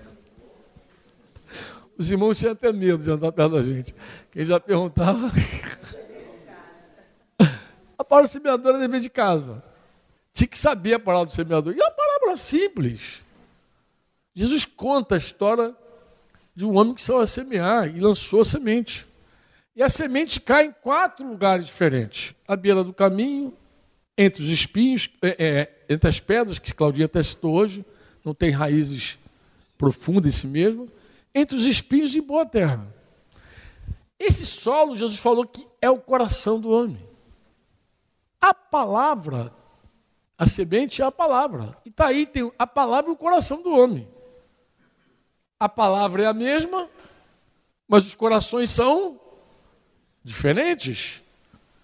Os irmãos tinham até medo de andar perto da gente. Quem já perguntava... A palavra semeador é dever de casa. Tinha que saber a palavra do semeador. E é uma palavra simples. Jesus conta a história de um homem que saiu a semear e lançou a semente. E a semente cai em quatro lugares diferentes. À beira do caminho, entre os espinhos, é, é, entre as pedras, que Claudinha até citou hoje, não tem raízes profundas em si mesmo, entre os espinhos e boa terra. Esse solo, Jesus falou que é o coração do homem. A palavra, a semente é a palavra. E está aí, tem a palavra e o coração do homem. A palavra é a mesma, mas os corações são diferentes.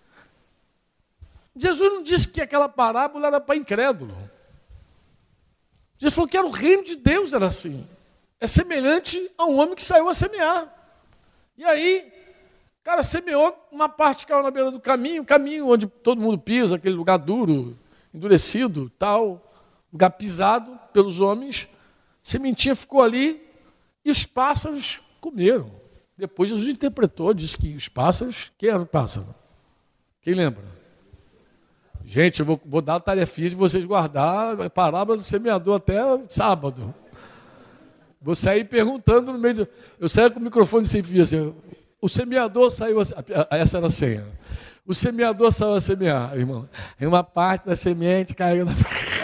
Jesus não disse que aquela parábola era para incrédulo. Jesus falou que era o reino de Deus, era assim. É semelhante a um homem que saiu a semear. E aí, o cara semeou, uma parte caiu na beira do caminho, caminho onde todo mundo pisa, aquele lugar duro, endurecido, tal, lugar pisado pelos homens. Sementinha ficou ali e os pássaros comeram. Depois Jesus interpretou, disse que os pássaros... Quem era o pássaro? Quem lembra? Gente, eu vou, vou dar a tarefinha de vocês guardar a parábola do semeador até sábado. Vou sair perguntando no meio de... Eu saio com o microfone sem fio assim. O semeador saiu... A, essa era a senha. O semeador saiu a semear, irmão. Em uma parte da semente caiu na...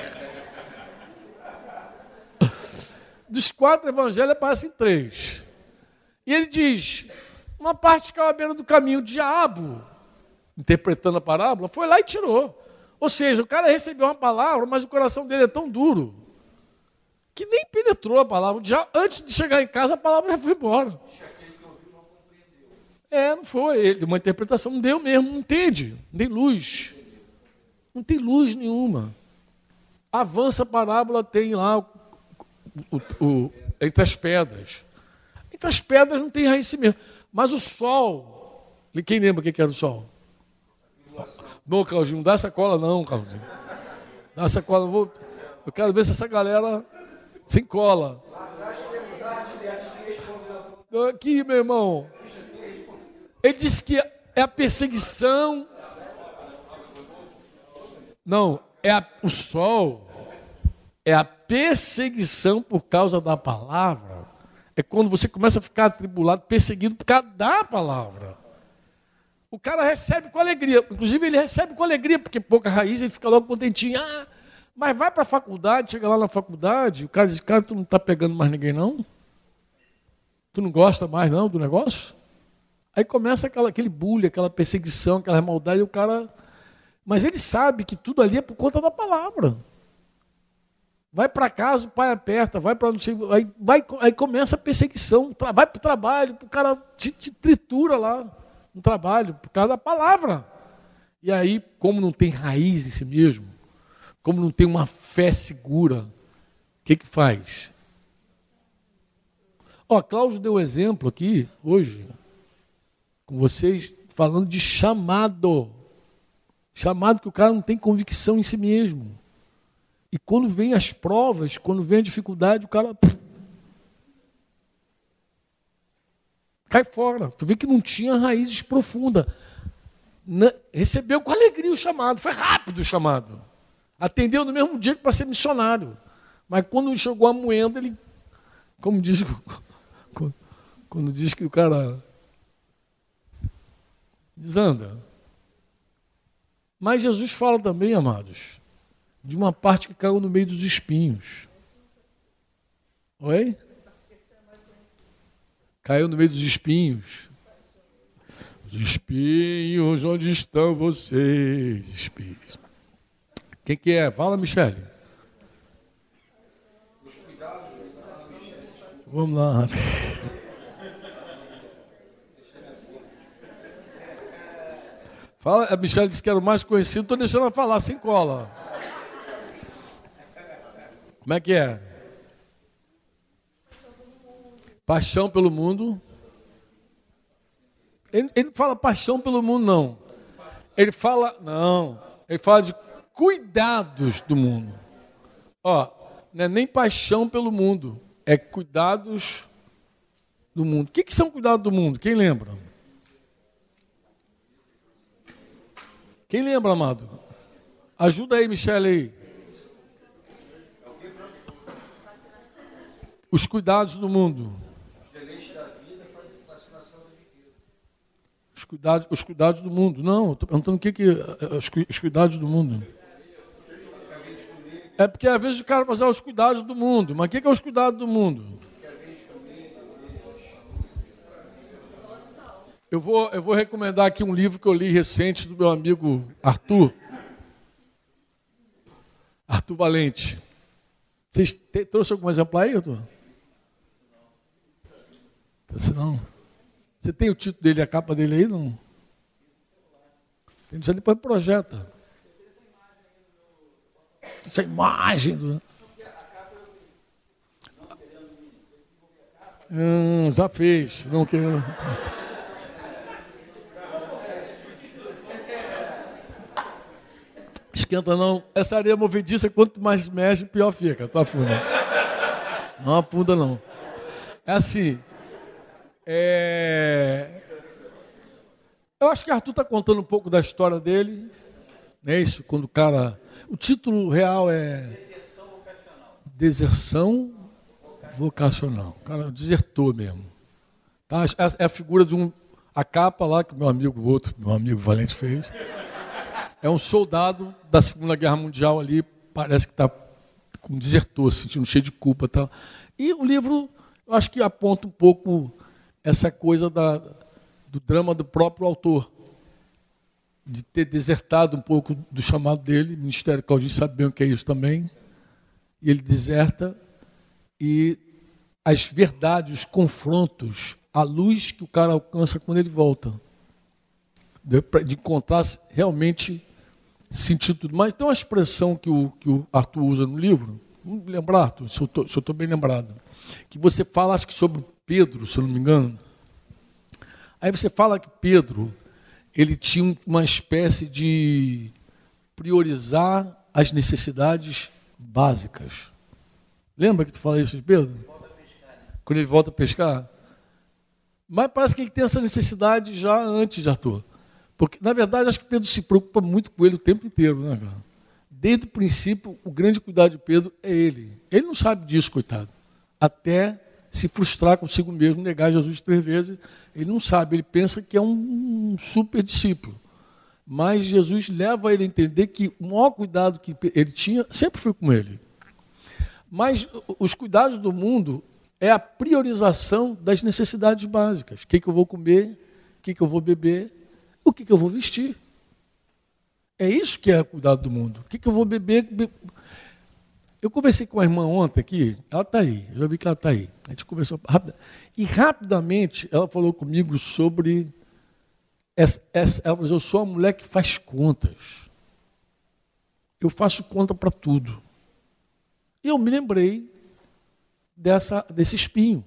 Dos quatro evangelhos aparecem três. E ele diz, uma parte caiu à beira do caminho, o diabo, interpretando a parábola, foi lá e tirou. Ou seja, o cara recebeu uma palavra, mas o coração dele é tão duro, que nem penetrou a palavra. Já antes de chegar em casa, a palavra já foi embora. É, não foi ele, uma interpretação, não deu mesmo, não entende, não tem luz. Não tem luz nenhuma. Avança a parábola, tem lá o, o, o, entre as pedras. Entre as pedras não tem raiz mesmo. Mas o sol, quem lembra o que era o sol? Não, Claudinho, não dá essa cola não, Claudinho. Dá essa cola, eu, vou, eu quero ver se essa galera sem cola. Aqui, meu irmão. Ele disse que é a perseguição. Não, é a, o sol. É a perseguição por causa da palavra. É quando você começa a ficar atribulado, perseguido por causa da palavra. O cara recebe com alegria. Inclusive, ele recebe com alegria, porque pouca raiz, ele fica logo contentinho. Ah, mas vai para a faculdade, chega lá na faculdade, o cara diz, cara, tu não está pegando mais ninguém, não? Tu não gosta mais, não, do negócio? Aí começa aquela, aquele bullying, aquela perseguição, aquela maldade, e o cara... Mas ele sabe que tudo ali é por conta da palavra. Vai para casa, o pai aperta, vai para não sei, aí, vai, aí começa a perseguição, vai para o trabalho, o cara te, te tritura lá no trabalho, por causa da palavra. E aí, como não tem raiz em si mesmo, como não tem uma fé segura, o que que faz? Ó, Cláudio deu um exemplo aqui, hoje, com vocês, falando de chamado. Chamado que o cara não tem convicção em si mesmo. E quando vem as provas, quando vem a dificuldade, o cara pff, cai fora. Tu vê que não tinha raízes profundas. Na, recebeu com alegria o chamado, foi rápido o chamado. Atendeu no mesmo dia para ser missionário. Mas quando chegou a moenda, ele, como diz, quando, quando diz que o cara desanda. Mas Jesus fala também, amados, de uma parte que caiu no meio dos espinhos. Oi? Caiu no meio dos espinhos. Os espinhos, onde estão vocês, espinhos? Quem que é? Fala, Michele. Vamos lá. Fala, a Michele disse que era o mais conhecido, estou deixando ela falar, sem cola. Como é que é? Paixão pelo mundo. Ele, ele não fala paixão pelo mundo, não. Ele fala, não, ele fala de cuidados do mundo. Ó, não é nem paixão pelo mundo, é cuidados do mundo. O que, que são cuidados do mundo? Quem lembra? Quem lembra, amado? Ajuda aí, Michele, aí. Os cuidados do mundo. Os cuidados, os cuidados do mundo. Não, estou perguntando o que que os, os cuidados do mundo. É porque às vezes o cara fala os cuidados do mundo. Mas o que que é os cuidados do mundo? Eu vou, eu vou recomendar aqui um livro que eu li recente do meu amigo Arthur. Arthur Valente. Vocês te, trouxeram algum exemplar aí, Arthur? Não. Você tem o título dele, a capa dele aí? Não. Tem que depois projeta. Essa imagem. Do... Hum, já fez. Não quero. Esquenta não. Essa areia movediça, quanto mais mexe, pior fica. Tu afunda. Não afunda não. É assim. É... Eu acho que Arthur está contando um pouco da história dele. É isso, quando o cara... O título real é... Deserção vocacional. O cara desertou mesmo. Tá? É a figura de um... A capa lá que meu amigo, o outro, meu amigo Valente fez... É um soldado da Segunda Guerra Mundial ali, parece que está com desertor, sentindo cheio de culpa. Tá? E o livro, eu acho que aponta um pouco essa coisa da, do drama do próprio autor, de ter desertado um pouco do chamado dele, Ministério Claudinho sabe bem o que é isso também, e ele deserta, e as verdades, os confrontos, a luz que o cara alcança quando ele volta, de, de encontrar realmente sentido tudo. Mas tem uma expressão que o, que o Arthur usa no livro, vamos lembrar, Arthur, se eu estou bem lembrado, que você fala, acho que sobre Pedro, se eu não me engano. Aí você fala que Pedro, ele tinha uma espécie de priorizar as necessidades básicas. Lembra que tu fala isso de Pedro? Quando ele volta a pescar? Mas parece que ele tem essa necessidade já antes de Arthur. Porque, na verdade, acho que Pedro se preocupa muito com ele o tempo inteiro, né, cara? Desde o princípio, o grande cuidado de Pedro é ele. Ele não sabe disso, coitado. Até se frustrar consigo mesmo, negar Jesus três vezes, ele não sabe, ele pensa que é um super discípulo. Mas Jesus leva ele a entender que o maior cuidado que ele tinha sempre foi com ele. Mas os cuidados do mundo é a priorização das necessidades básicas. O que, que eu vou comer, o que, que eu vou beber, o que, que eu vou vestir. É isso que é o cuidado do mundo. O que, que eu vou beber... Eu conversei com a irmã ontem aqui, ela está aí, eu já vi que ela está aí. A gente conversou rápido, e rapidamente ela falou comigo sobre... Essa, essa, ela falou, eu sou uma mulher que faz contas. Eu faço conta para tudo. E eu me lembrei dessa, desse espinho.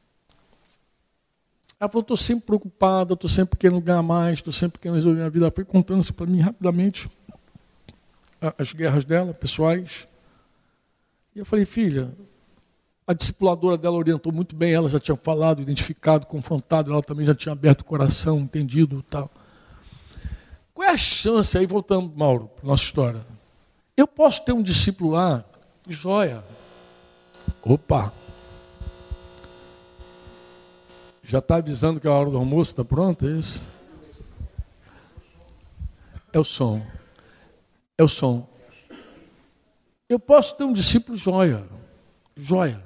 Ela falou, estou sempre preocupada, estou sempre querendo ganhar mais, estou sempre querendo resolver minha vida. Ela foi contando isso para mim rapidamente, as guerras dela, pessoais. E eu falei, filha, a discipuladora dela orientou muito bem, ela já tinha falado, identificado, confrontado, ela também já tinha aberto o coração, entendido e tal. Qual é a chance, aí voltando, Mauro, para a nossa história, eu posso ter um discípulo lá, joia, opa, já está avisando que a hora do almoço está pronta, é isso? É o som, é o som. Eu posso ter um discípulo joia, joia.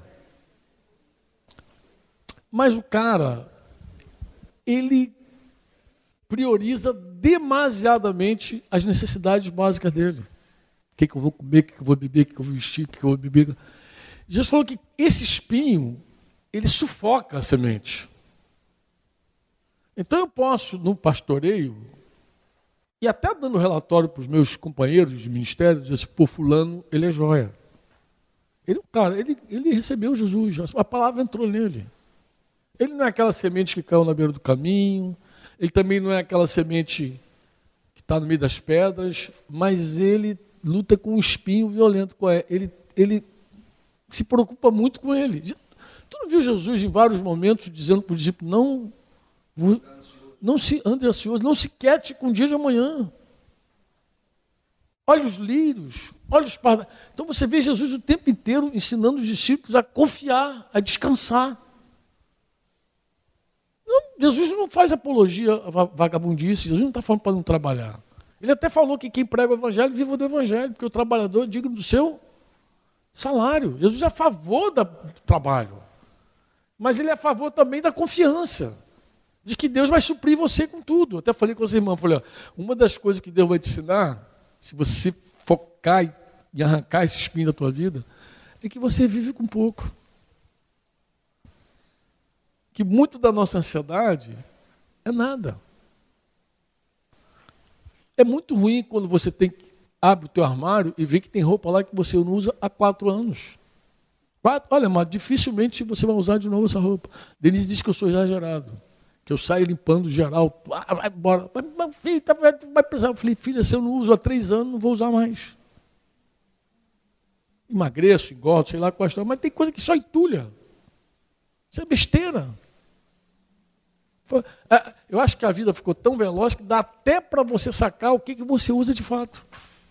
Mas o cara, ele prioriza demasiadamente as necessidades básicas dele. O que, que eu vou comer, o que, que eu vou beber, o que, que eu vou vestir, o que, que eu vou beber. Jesus falou que esse espinho, ele sufoca a semente. Então eu posso, no pastoreio, e até dando relatório para os meus companheiros de ministério, dizer assim, pô, fulano, ele é joia. Ele, cara, ele, ele recebeu Jesus, a palavra entrou nele. Ele não é aquela semente que caiu na beira do caminho, ele também não é aquela semente que está no meio das pedras, mas ele luta com um espinho violento. Ele, ele se preocupa muito com ele. Tu não viu Jesus em vários momentos dizendo para o discípulo, não, não se ande ansioso, não se quiete com o dia de amanhã. Olha os lírios, olha os pardais. Então você vê Jesus o tempo inteiro ensinando os discípulos a confiar, a descansar. Não, Jesus não faz apologia à vagabundice, Jesus não está falando para não trabalhar. Ele até falou que quem prega o evangelho viva do evangelho, porque o trabalhador é digno do seu salário. Jesus é a favor do trabalho, mas ele é a favor também da confiança, de que Deus vai suprir você com tudo. Eu até falei com os irmãos, falei, ó, uma das coisas que Deus vai te ensinar, se você focar e arrancar esse espinho da tua vida, é que você vive com pouco. Que muito da nossa ansiedade é nada. É muito ruim quando você tem, abre o teu armário e vê que tem roupa lá que você não usa há quatro anos. Quatro, olha, mas dificilmente você vai usar de novo essa roupa. Denise diz que eu sou exagerado, que eu saio limpando geral. Ah, vai embora. Mas, filho, vai, vai precisar. Eu falei, filha, se eu não uso há três anos, não vou usar mais. Emagreço, engordo, sei lá qual é a história, mas tem coisa que só entulha. Isso é besteira. Eu acho que a vida ficou tão veloz que dá até para você sacar o que, que você usa de fato.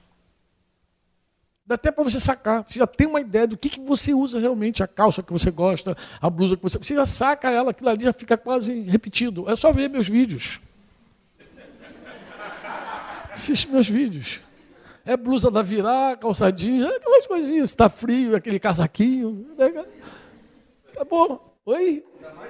Dá até para você sacar. Você já tem uma ideia do que, que você usa realmente, a calça que você gosta, a blusa que você... Você já saca ela, aquilo ali já fica quase repetido. É só ver meus vídeos. Assiste meus vídeos. É blusa da Virá, calça jeans, aquelas coisinhas. Está frio, aquele casaquinho. Acabou. Oi?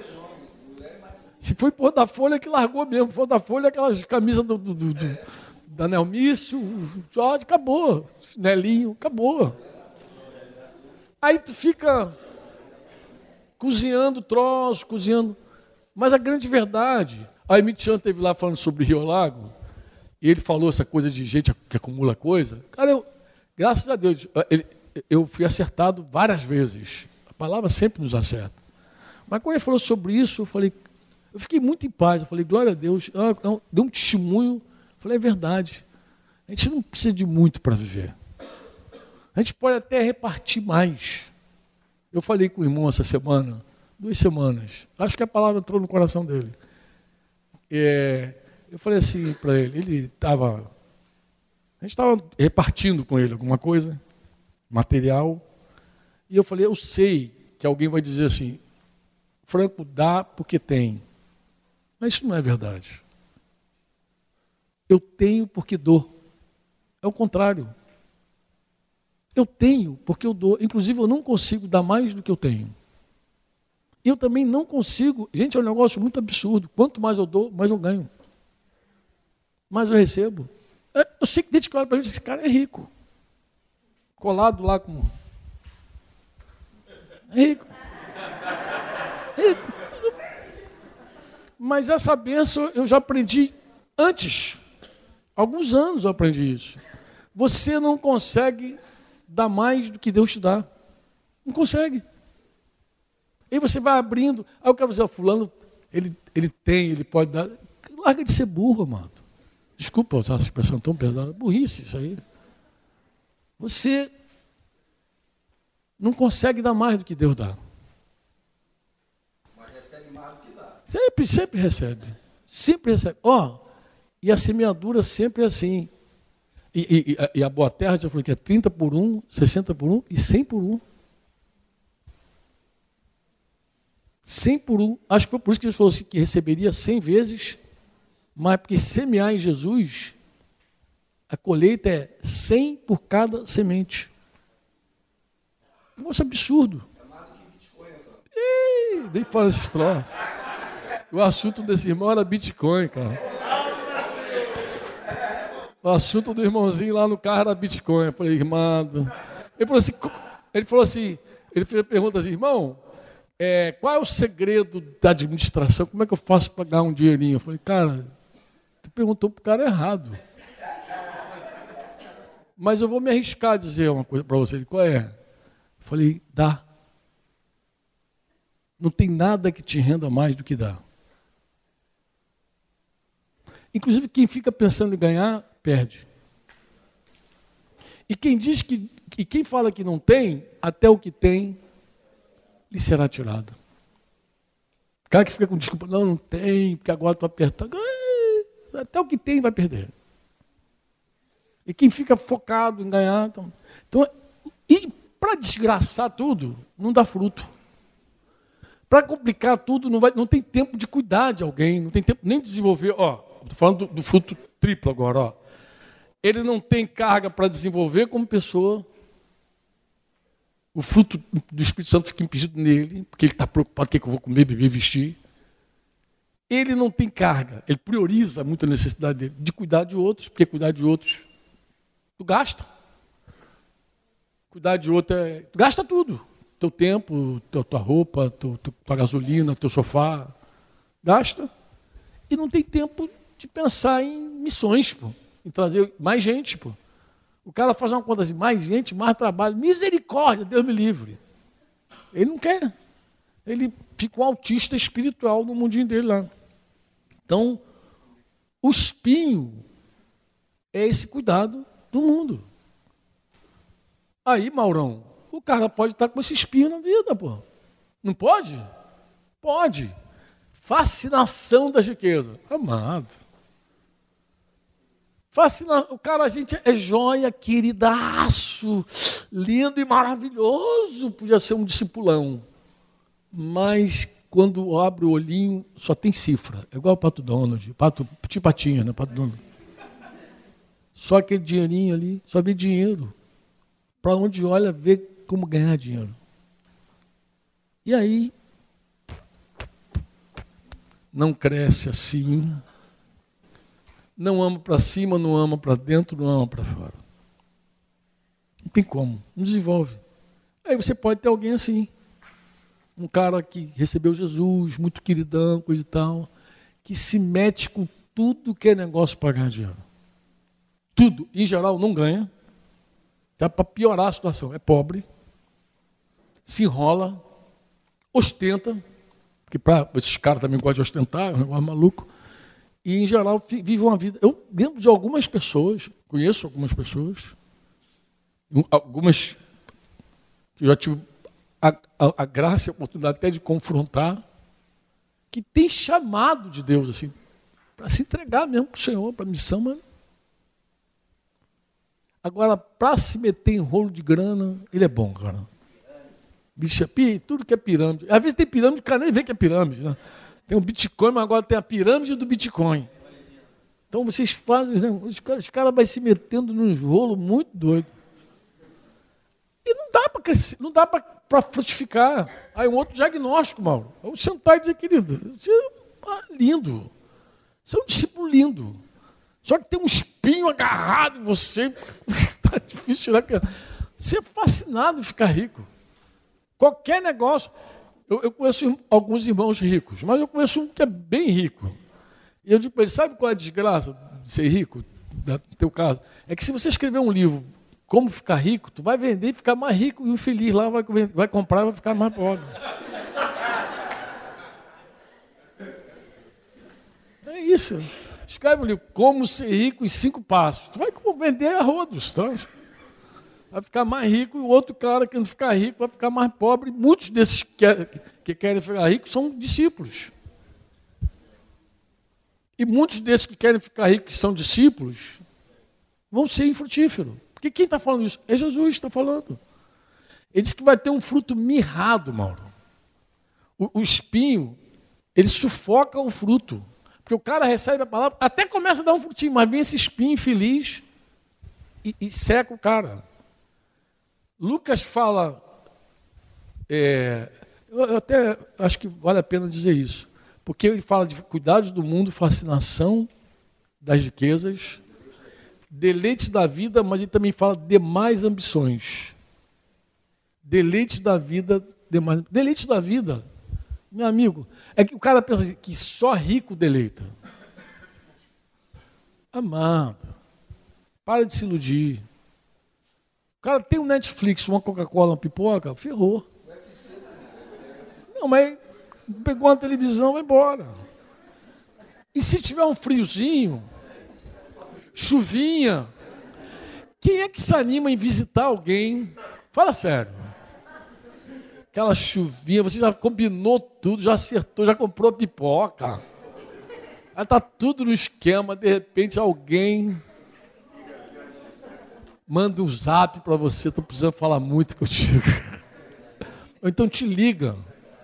Se foi por da Folha que largou mesmo. For da Folha, aquelas camisas do, do, do, do, da Nelmício, só acabou. Chinelinho, acabou. Aí tu fica cozinhando troço, cozinhando. Mas a grande verdade, a Emitian esteve lá falando sobre Rio Lago, e ele falou essa coisa de gente que acumula coisa. Cara, eu, graças a Deus, ele, eu fui acertado várias vezes. A palavra sempre nos acerta. Mas quando ele falou sobre isso, eu falei, eu fiquei muito em paz. Eu falei, glória a Deus. Eu, deu um testemunho. Eu falei, é verdade. A gente não precisa de muito para viver. A gente pode até repartir mais. Eu falei com o irmão essa semana, duas semanas. Acho que a palavra entrou no coração dele. É, eu falei assim para ele, ele estava... A gente estava repartindo com ele alguma coisa, material. E eu falei, eu sei que alguém vai dizer assim, Franco dá porque tem. Mas isso não é verdade. Eu tenho porque dou. É o contrário. Eu tenho porque eu dou. Inclusive, eu não consigo dar mais do que eu tenho. Eu também não consigo... Gente, é um negócio muito absurdo. Quanto mais eu dou, mais eu ganho. Mais eu recebo. Eu sei que desde que eu olho para ele, esse cara é rico. Colado lá com... É rico. Rico. Mas essa bênção eu já aprendi antes. Alguns anos eu aprendi isso. Você não consegue dar mais do que Deus te dá. Não consegue. Aí você vai abrindo. Aí eu quero dizer, o fulano, ele, ele tem, ele pode dar. Larga de ser burro, amado. Desculpa usar essa expressão tão pesada. Burrice isso aí. Você não consegue dar mais do que Deus dá. Sempre, sempre recebe. Sempre recebe. Ó, oh, e a semeadura sempre é assim. E, e, e a boa terra, já falou que é trinta por um, sessenta por um e cem por um. cem por um. Acho que foi por isso que ele falou assim, que receberia cem vezes, mas porque semear em Jesus, a colheita é cem por cada semente. Nossa, absurdo. Ih, nem fala esses troços. O assunto desse irmão era Bitcoin, cara. O assunto do irmãozinho lá no carro era Bitcoin. Eu falei, irmão... Ele falou assim, ele falou assim, ele fez a pergunta assim, irmão, é, qual é o segredo da administração? Como é que eu faço para ganhar um dinheirinho? Eu falei, cara, tu perguntou para o cara errado. Mas eu vou me arriscar a dizer uma coisa para você. Ele, qual é? Eu falei, dá. Não tem nada que te renda mais do que dá. Inclusive, quem fica pensando em ganhar, perde. E quem diz que, e quem fala que não tem, até o que tem, lhe será tirado. O cara que fica com desculpa, não, não tem, porque agora estou apertando. Até o que tem vai perder. E quem fica focado em ganhar... Então, então e para desgraçar tudo, não dá fruto. Para complicar tudo, não, vai, não tem tempo de cuidar de alguém, não tem tempo nem de desenvolver. Estou falando do, do fruto triplo agora. Ó. Ele não tem carga para desenvolver como pessoa. O fruto do Espírito Santo fica impedido nele, porque ele está preocupado com o que eu vou comer, beber, vestir. Ele não tem carga, ele prioriza muito a necessidade dele de cuidar de outros, porque cuidar de outros, tu gasta. Cuidar de outro é... Tu gasta tudo. Teu tempo, teu, tua roupa, teu, tua gasolina, teu sofá. Gasta. E não tem tempo de pensar em missões, pô, em trazer mais gente. Pô. O cara faz uma conta assim, mais gente, mais trabalho. Misericórdia, Deus me livre. Ele não quer. Ele fica um autista espiritual no mundinho dele lá. Então, o espinho é esse cuidado do mundo. Aí, Maurão, o cara pode estar com esse espinho na vida, pô. Não pode? Pode. Fascinação das riquezas. Amado. Fascina... O cara, a gente é joia, queridaço, lindo e maravilhoso. Podia ser um discipulão. Mas quando abre o olhinho, só tem cifra. É igual o Pato Donald. Pato, tipo patinha, né? Pato Donald. Só aquele dinheirinho ali, só vê dinheiro. Para onde olha, vê como ganhar dinheiro. E aí, não cresce assim, não ama para cima, não ama para dentro, não ama para fora. Não tem como, não desenvolve. Aí você pode ter alguém assim, um cara que recebeu Jesus, muito queridão, coisa e tal, que se mete com tudo que é negócio para ganhar dinheiro. Tudo, em geral, não ganha. Dá para piorar a situação. É pobre, se enrola, ostenta, porque pra, esses caras também gostam de ostentar, é um negócio maluco, e, em geral, vive uma vida... Eu lembro de algumas pessoas, conheço algumas pessoas, algumas que eu já tive a, a, a graça e a oportunidade até de confrontar, que tem chamado de Deus, assim, para se entregar mesmo para o Senhor, para a missão, mas... Agora, para se meter em rolo de grana, ele é bom, cara. Bicho, tudo que é pirâmide. Às vezes tem pirâmide, o cara nem vê que é pirâmide. Né? Tem o Bitcoin, mas agora tem a pirâmide do Bitcoin. Então vocês fazem, né? os caras cara vão se metendo nos rolos muito doidos. E não dá para crescer, não dá para frutificar. Aí um outro diagnóstico, Mauro. Vamos sentar e dizer, querido, você é lindo. Você é um discípulo lindo. Só que tem um espinho agarrado em você. Está difícil tirar. Você é fascinado em ficar rico. Qualquer negócio. Eu, eu conheço alguns irmãos ricos, mas eu conheço um que é bem rico. E eu digo para ele, sabe qual é a desgraça de ser rico, no teu caso? É que se você escrever um livro, como ficar rico, tu vai vender e ficar mais rico, e o infeliz lá vai, vai comprar e vai ficar mais pobre. É isso. Escreve um livro, Como Ser Rico em Cinco Passos. Tu vai vender a rodos. Tá? Vai ficar mais rico e o outro cara que não ficar rico vai ficar mais pobre. Muitos desses que, que querem ficar ricos são discípulos. E muitos desses que querem ficar ricos, que são discípulos, vão ser infrutíferos. Porque quem está falando isso? É Jesus que está falando. Ele diz que vai ter um fruto mirrado, Mauro. O, o espinho, ele sufoca o fruto. Porque o cara recebe a palavra, até começa a dar um frutinho, mas vem esse espinho infeliz e, e seca o cara. Lucas fala, é, eu até acho que vale a pena dizer isso, porque ele fala de cuidados do mundo, fascinação das riquezas, deleite da vida, mas ele também fala demais ambições. Deleite da vida, demais... Deleite da vida, meu amigo, é que o cara pensa assim, que só rico deleita. Amado, para de se iludir. O cara tem um Netflix, uma Coca-Cola, uma pipoca, ferrou. Não, mas pegou uma televisão, vai embora. E se tiver um friozinho, chuvinha, quem é que se anima em visitar alguém? Fala sério. Aquela chuvinha, você já combinou tudo, já acertou, já comprou a pipoca. Aí está tudo no esquema, de repente alguém... manda um zap para você, estou precisando falar muito contigo. Ou então te liga.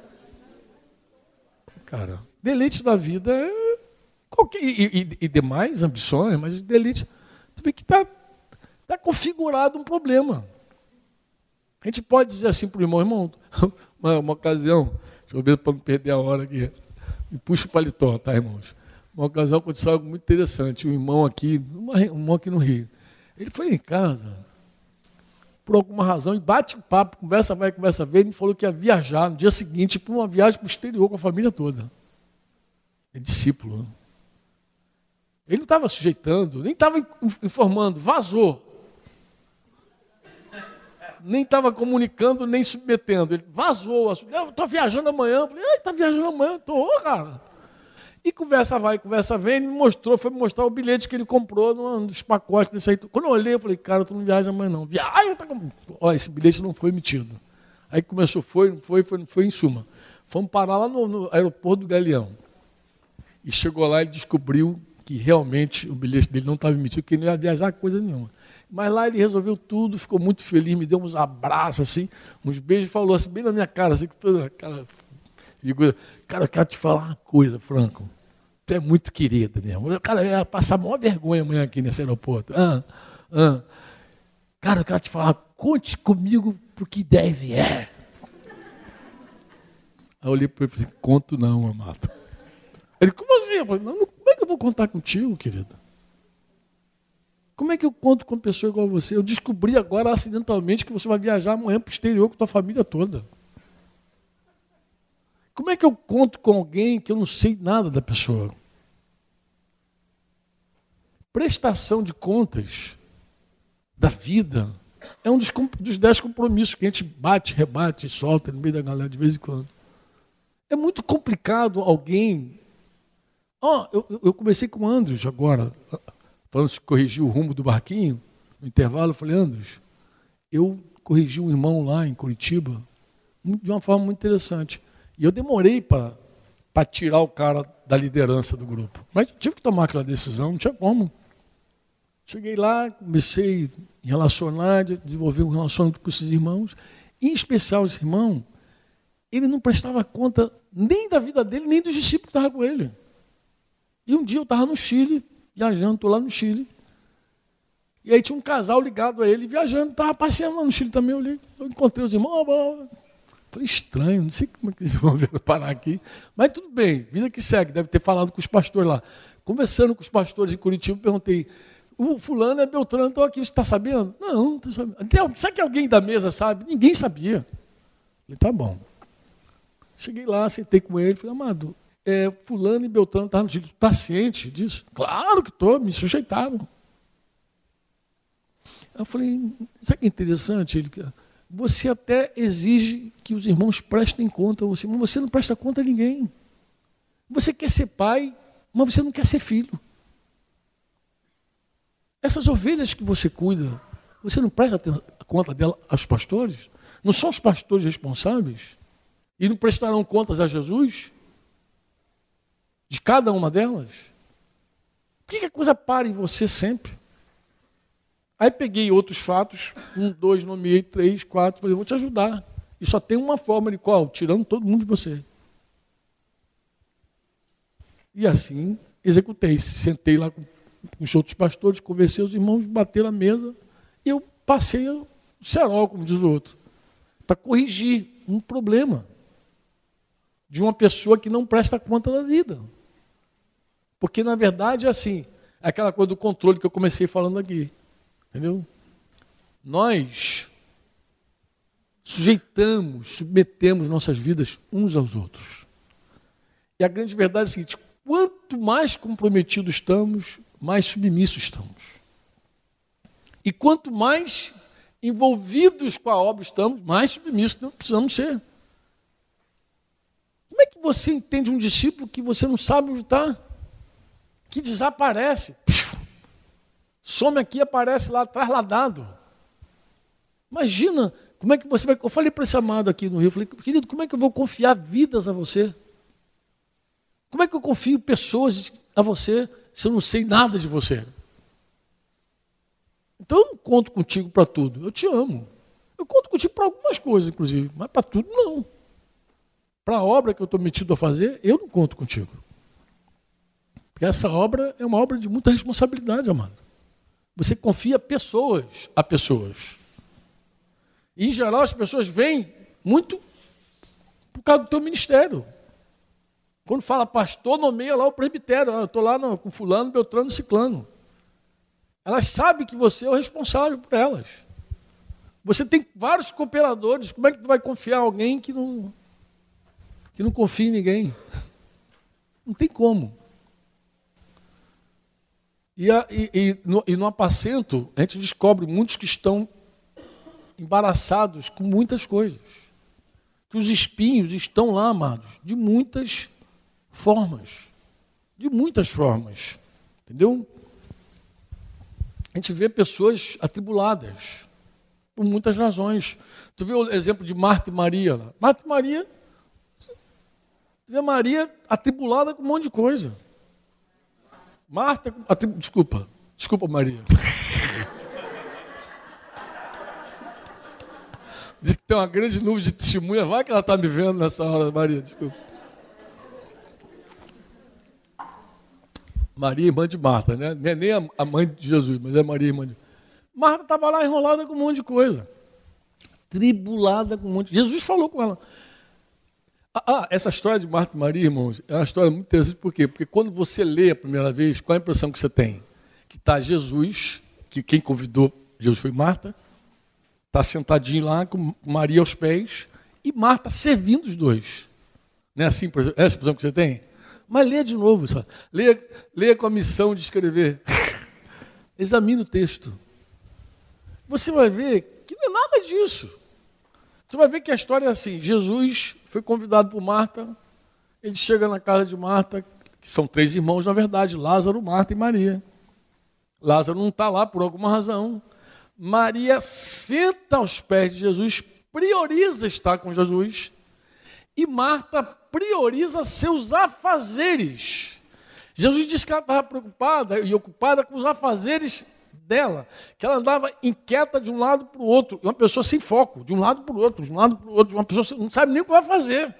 Cara, deleite da vida é qualquer, e, e, e demais ambições, mas deleite. Tu vê que está tá configurado um problema. A gente pode dizer assim para o irmão, irmão, uma, uma ocasião, deixa eu ver para não perder a hora aqui, me puxa o paletó, tá, irmãos? Uma ocasião aconteceu algo muito interessante. Um irmão aqui, um irmão aqui no Rio, ele foi em casa, por alguma razão, e bate o papo, conversa vai, conversa vem, ele me falou que ia viajar no dia seguinte para uma viagem para o exterior com a família toda. É discípulo. Ele não estava sujeitando, nem estava informando, vazou. Nem estava comunicando, nem submetendo. Ele vazou. Eu estou viajando amanhã. Eu falei, está viajando amanhã? Estou, cara. E conversa vai, conversa vem. Ele me mostrou, foi me mostrar o bilhete que ele comprou num dos pacotes desse aí. Quando eu olhei, eu falei, cara, tu não viaja amanhã não. Viaja, tá com... Ó, esse bilhete não foi emitido. Aí começou, foi, não foi, foi, não foi, em suma. Fomos parar lá no, no aeroporto do Galeão. E chegou lá e descobriu que realmente o bilhete dele não estava emitido, que ele não ia viajar coisa nenhuma. Mas lá ele resolveu tudo, ficou muito feliz, me deu uns abraços, assim, uns beijos, falou assim, bem na minha cara, assim, toda cara, figura. Cara, eu quero te falar uma coisa, Franco. Tu é muito querido mesmo. Cara, eu ia passar a maior vergonha amanhã aqui nesse aeroporto. Ah, ah. Cara, eu quero te falar, conte comigo pro que deve é. Aí eu olhei para ele e falei, conto não, amado. Ele, como assim? Eu falei, não, como é que eu vou contar contigo, querido? Como é que eu conto com uma pessoa igual a você? Eu descobri agora, acidentalmente, que você vai viajar amanhã para o exterior com a tua família toda. Como é que eu conto com alguém que eu não sei nada da pessoa? Prestação de contas da vida é um dos, dos dez compromissos que a gente bate, rebate, solta no meio da galera de vez em quando. É muito complicado alguém... Oh, eu, eu conversei com o Andros agora, falando se corrigir o rumo do barquinho, no intervalo, eu falei, Andros, eu corrigi um irmão lá em Curitiba de uma forma muito interessante. E eu demorei para tirar o cara da liderança do grupo. Mas eu tive que tomar aquela decisão, não tinha como. Cheguei lá, comecei a relacionar, desenvolver um relacionamento com esses irmãos. Em especial esse irmão, ele não prestava conta nem da vida dele, nem dos discípulos que estavam com ele. E um dia eu estava no Chile, viajando, estou lá no Chile. E aí tinha um casal ligado a ele, viajando, estava passeando lá no Chile também. Eu, li, eu encontrei os irmãos, oh, foi estranho, não sei como é que eles vão vir parar aqui. Mas tudo bem, vida que segue, deve ter falado com os pastores lá. Conversando com os pastores em Curitiba, perguntei, o fulano é Beltrano, estou aqui, você está sabendo? Não, não estou sabendo. Sabe que alguém da mesa sabe? Ninguém sabia. Falei, tá bom. Cheguei lá, sentei com ele, falei, amado, é, fulano e Beltrano estavam no Chile, tu está ciente disso? Claro que estou, me sujeitaram. Eu falei, sabe que é interessante? Ele, você até exige que os irmãos prestem conta a você, mas você não presta conta a ninguém. Você quer ser pai, mas você não quer ser filho. Essas ovelhas que você cuida, você não presta conta dela aos pastores? Não são os pastores responsáveis? E não prestarão contas a Jesus? De cada uma delas? Por que a coisa para em você sempre? Aí peguei outros fatos, um, dois, nomeei, três, quatro, falei, vou te ajudar. E só tem uma forma de qual? Tirando todo mundo de você. E assim, executei. Sentei lá com os outros pastores, conversei, os irmãos bateram a mesa, e eu passei o cerol, como diz o outro, para corrigir um problema de uma pessoa que não presta conta da vida. Porque, na verdade, é assim, é aquela coisa do controle que eu comecei falando aqui. Entendeu? Nós sujeitamos, submetemos nossas vidas uns aos outros. E a grande verdade é a seguinte, quanto mais comprometidos estamos, mais submissos estamos. E quanto mais envolvidos com a obra estamos, mais submissos não precisamos ser. Como é que você entende um discípulo que você não sabe onde está? Que desaparece. Some aqui e aparece lá, trasladado. Imagina, como é que você vai... Eu falei para esse amado aqui no Rio, eu falei, querido, como é que eu vou confiar vidas a você? Como é que eu confio pessoas a você se eu não sei nada de você? Então eu não conto contigo para tudo. Eu te amo. Eu conto contigo para algumas coisas, inclusive, mas para tudo não. Para a obra que eu estou metido a fazer, eu não conto contigo. Porque essa obra é uma obra de muita responsabilidade, amado. Você confia pessoas a pessoas. E, em geral, as pessoas vêm muito por causa do teu ministério. Quando fala pastor, nomeia lá o presbitério. Ah, eu estou lá no, com fulano, beltrano, ciclano. Elas sabem que você é o responsável por elas. Você tem vários cooperadores. Como é que tu vai confiar em alguém que não, que não confia em ninguém? Não tem como. E, a, e, e, no, e no apacento, a gente descobre muitos que estão embaraçados com muitas coisas. Que os espinhos estão lá, amados, de muitas formas. De muitas formas. Entendeu? A gente vê pessoas atribuladas por muitas razões. Tu vê o exemplo de Marta e Maria lá. Marta e Maria, tu vê Maria atribulada com um monte de coisa. Marta, atribu... desculpa, desculpa Maria. Diz que tem uma grande nuvem de testemunha, vai que ela está me vendo nessa hora, Maria, desculpa. Maria, irmã de Marta, né? Não é nem a mãe de Jesus, mas é Maria, irmã de... Marta estava lá enrolada com um monte de coisa. Tribulada com um monte de... Jesus falou com ela. Ah, essa história de Marta e Maria, irmãos, é uma história muito interessante. Por quê? Porque quando você lê a primeira vez, qual é a impressão que você tem? Que está Jesus, que quem convidou Jesus foi Marta, está sentadinho lá com Maria aos pés, e Marta servindo os dois. Não é assim, é essa impressão que você tem? Mas leia de novo, só. Leia, leia com a missão de escrever. Examine o texto. Você vai ver que não é nada disso. Você vai ver que a história é assim, Jesus foi convidado por Marta, ele chega na casa de Marta, que são três irmãos, na verdade, Lázaro, Marta e Maria. Lázaro não está lá por alguma razão. Maria senta aos pés de Jesus, prioriza estar com Jesus, e Marta prioriza seus afazeres. Jesus disse que ela estava preocupada e ocupada com os afazeres dela, que ela andava inquieta de um lado para o outro, uma pessoa sem foco, de um lado para o outro, de um lado para o outro, uma pessoa que não sabe nem o que vai fazer.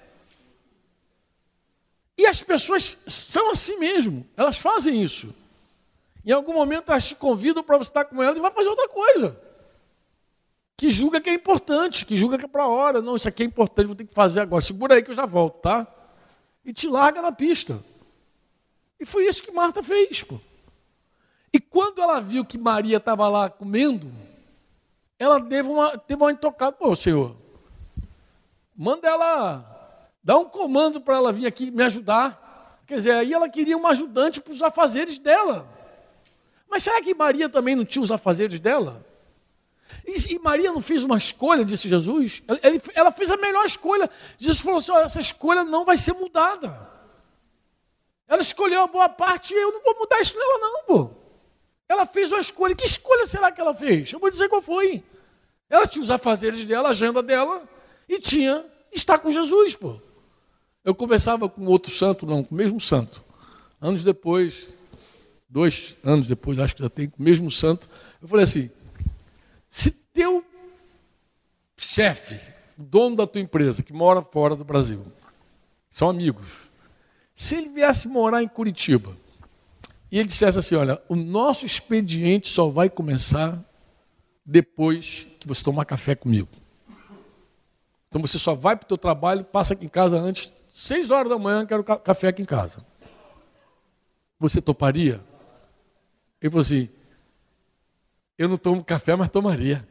E as pessoas são assim mesmo, elas fazem isso. Em algum momento elas te convidam para você estar com elas e vai fazer outra coisa. Que julga que é importante, que julga que é para a hora. Não, isso aqui é importante, vou ter que fazer agora. Segura aí que eu já volto, tá? E te larga na pista. E foi isso que Marta fez, pô. E quando ela viu que Maria estava lá comendo, ela teve uma, teve uma intocada. Pô, Senhor, manda ela, dá um comando para ela vir aqui me ajudar. Quer dizer, aí ela queria uma ajudante para os afazeres dela. Mas será que Maria também não tinha os afazeres dela? E, e Maria não fez uma escolha, disse Jesus? Ela, ela fez a melhor escolha. Jesus falou assim, essa escolha não vai ser mudada. Ela escolheu a boa parte e eu não vou mudar isso nela não, pô. Ela fez uma escolha. Que escolha será que ela fez? Eu vou dizer qual foi. Ela tinha os afazeres dela, a agenda dela, e tinha estar com Jesus, pô. Eu conversava com outro santo, não, com o mesmo santo. Anos depois, dois anos depois, acho que já tem, com o mesmo santo. Eu falei assim, se teu chefe, o dono da tua empresa, que mora fora do Brasil, são amigos, se ele viesse morar em Curitiba, e ele dissesse assim, olha, o nosso expediente só vai começar depois que você tomar café comigo. Então você só vai para o teu trabalho, passa aqui em casa antes, seis horas da manhã, quero café aqui em casa. Você toparia? Ele falou assim, eu não tomo café, mas tomaria.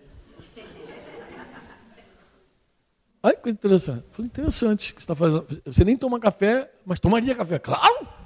Olha que coisa interessante. Eu falei, interessante o que você está fazendo. Você nem toma café, mas tomaria café, claro.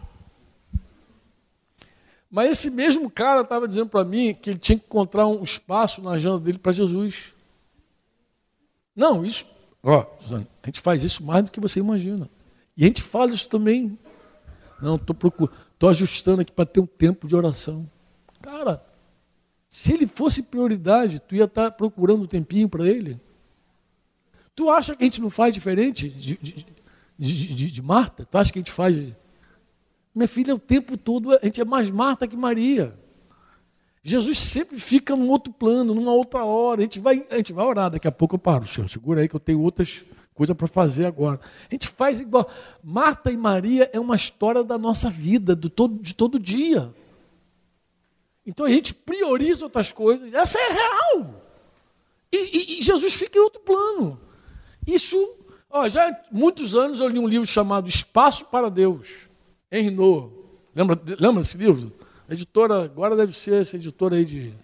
Mas esse mesmo cara estava dizendo para mim que ele tinha que encontrar um espaço na agenda dele para Jesus. Não, isso, ó, a gente faz isso mais do que você imagina. E a gente fala isso também. Não, estou procurando, estou ajustando aqui para ter um tempo de oração. Cara, se ele fosse prioridade, tu ia estar procurando um tempinho para ele. Tu acha que a gente não faz diferente de, de, de, de, de Marta? Tu acha que a gente faz... Minha filha, o tempo todo, a gente é mais Marta que Maria. Jesus sempre fica num outro plano, numa outra hora. A gente vai, a gente vai orar, daqui a pouco eu paro, Senhor, segura aí que eu tenho outras coisas para fazer agora. A gente faz igual. Marta e Maria é uma história da nossa vida, do todo, de todo dia. Então a gente prioriza outras coisas. Essa é real. E, e, e Jesus fica em outro plano. Isso, ó, já há muitos anos eu li um livro chamado Espaço para Deus, Henri Nouwen. Lembra, lembra desse livro? A editora, agora deve ser essa editora aí de...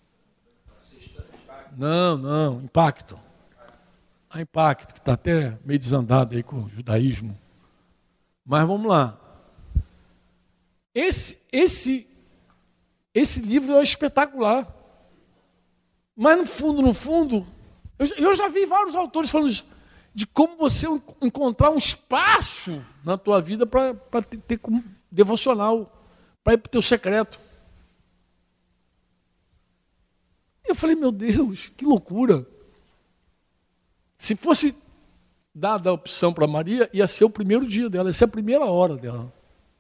Não, não, Impacto. A Impacto, que está até meio desandado aí com o judaísmo. Mas vamos lá. Esse, esse, esse livro é espetacular. Mas no fundo, no fundo, eu, eu já vi vários autores falando de, de como você encontrar um espaço na tua vida para ter, ter como devocional, para ir para o teu secreto. Eu falei, meu Deus, que loucura. Se fosse dada a opção para Maria, ia ser o primeiro dia dela, ia ser a primeira hora dela.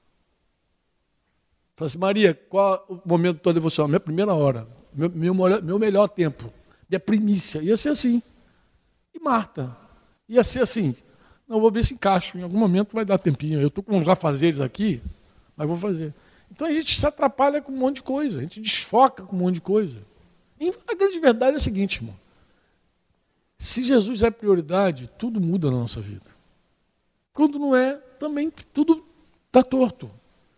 Falei assim, Maria, qual é o momento da tua devocional? Minha primeira hora, meu, meu, meu melhor tempo, minha primícia, ia ser assim. E Marta, ia ser assim. Não, vou ver se encaixo, em algum momento vai dar tempinho. Eu estou com uns afazeres aqui, mas vou fazer. Então a gente se atrapalha com um monte de coisa, a gente desfoca com um monte de coisa. E a grande verdade é a seguinte, irmão. Se Jesus é prioridade, tudo muda na nossa vida. Quando não é, também tudo está torto.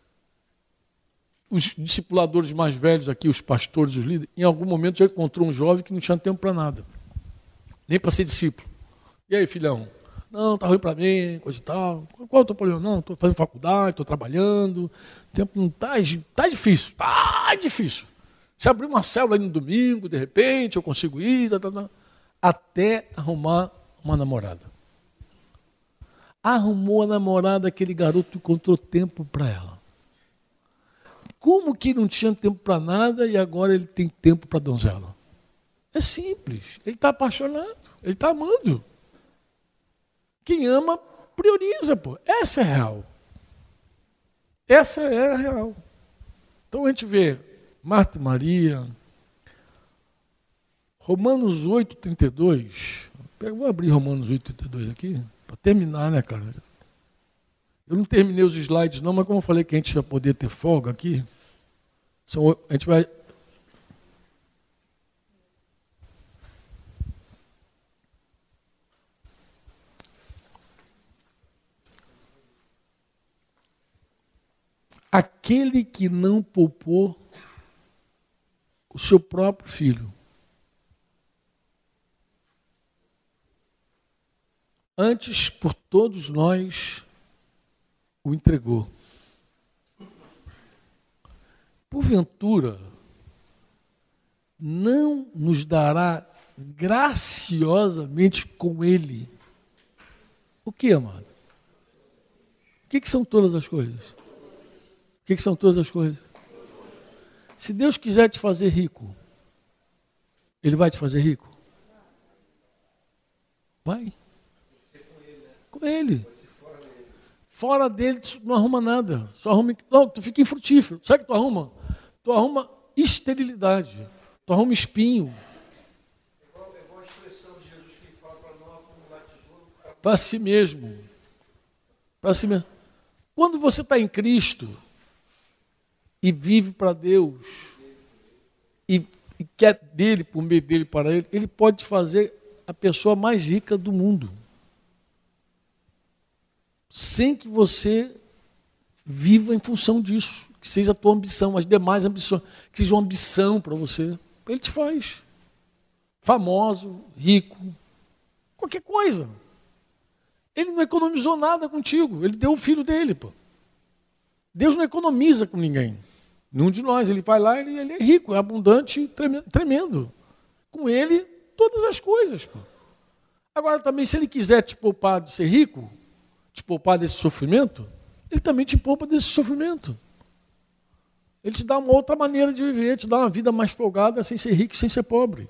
Os discipuladores mais velhos aqui, os pastores, os líderes, em algum momento já encontrou um jovem que não tinha tempo para nada. Nem para ser discípulo. E aí, filhão? Não, está ruim para mim, coisa e tal. Qual é o teu problema? Não, estou fazendo faculdade, estou trabalhando. O tempo não está tá difícil. Está difícil. Se abrir uma célula aí no domingo, de repente, eu consigo ir, tá, tá, tá. Até arrumar uma namorada. Arrumou a namorada, aquele garoto encontrou tempo para ela. Como que não tinha tempo para nada e agora ele tem tempo para a donzela? É simples. Ele está apaixonado, ele está amando. Quem ama, prioriza, pô. Essa é real. Essa é a real. Então a gente vê Marta e Maria, Romanos oito, trinta e dois. Eu vou abrir Romanos oito, trinta e dois aqui, para terminar, né, cara? Eu não terminei os slides, não, mas como eu falei que a gente vai poder ter folga aqui, são, a gente vai... Aquele que não poupou o seu próprio filho, antes por todos nós o entregou. Porventura, não nos dará graciosamente com ele o que, amado? O que, que são todas as coisas? O que, que são todas as coisas? Se Deus quiser te fazer rico, Ele vai te fazer rico? Vai. Com Ele. Fora dele, tu não arruma nada. Só arruma... Não, tu fica infrutífero. Sabe o que tu arruma? Tu arruma esterilidade. Tu arruma espinho. Para si mesmo. Para si mesmo. Quando você está em Cristo e vive para Deus e, e quer dele, por meio dele, para ele, ele pode te fazer a pessoa mais rica do mundo. Sem que você viva em função disso, que seja a tua ambição, as demais ambições, que seja uma ambição para você. Ele te faz famoso, rico, qualquer coisa. Ele não economizou nada contigo, ele deu o filho dele. Pô. Deus não economiza com ninguém. Nenhum de nós, ele vai lá, ele, ele é rico, é abundante, tremendo. Com ele, todas as coisas. Pô. Agora também, se ele quiser te poupar de ser rico, te poupar desse sofrimento, ele também te poupa desse sofrimento. Ele te dá uma outra maneira de viver, te dá uma vida mais folgada, sem ser rico, sem ser pobre.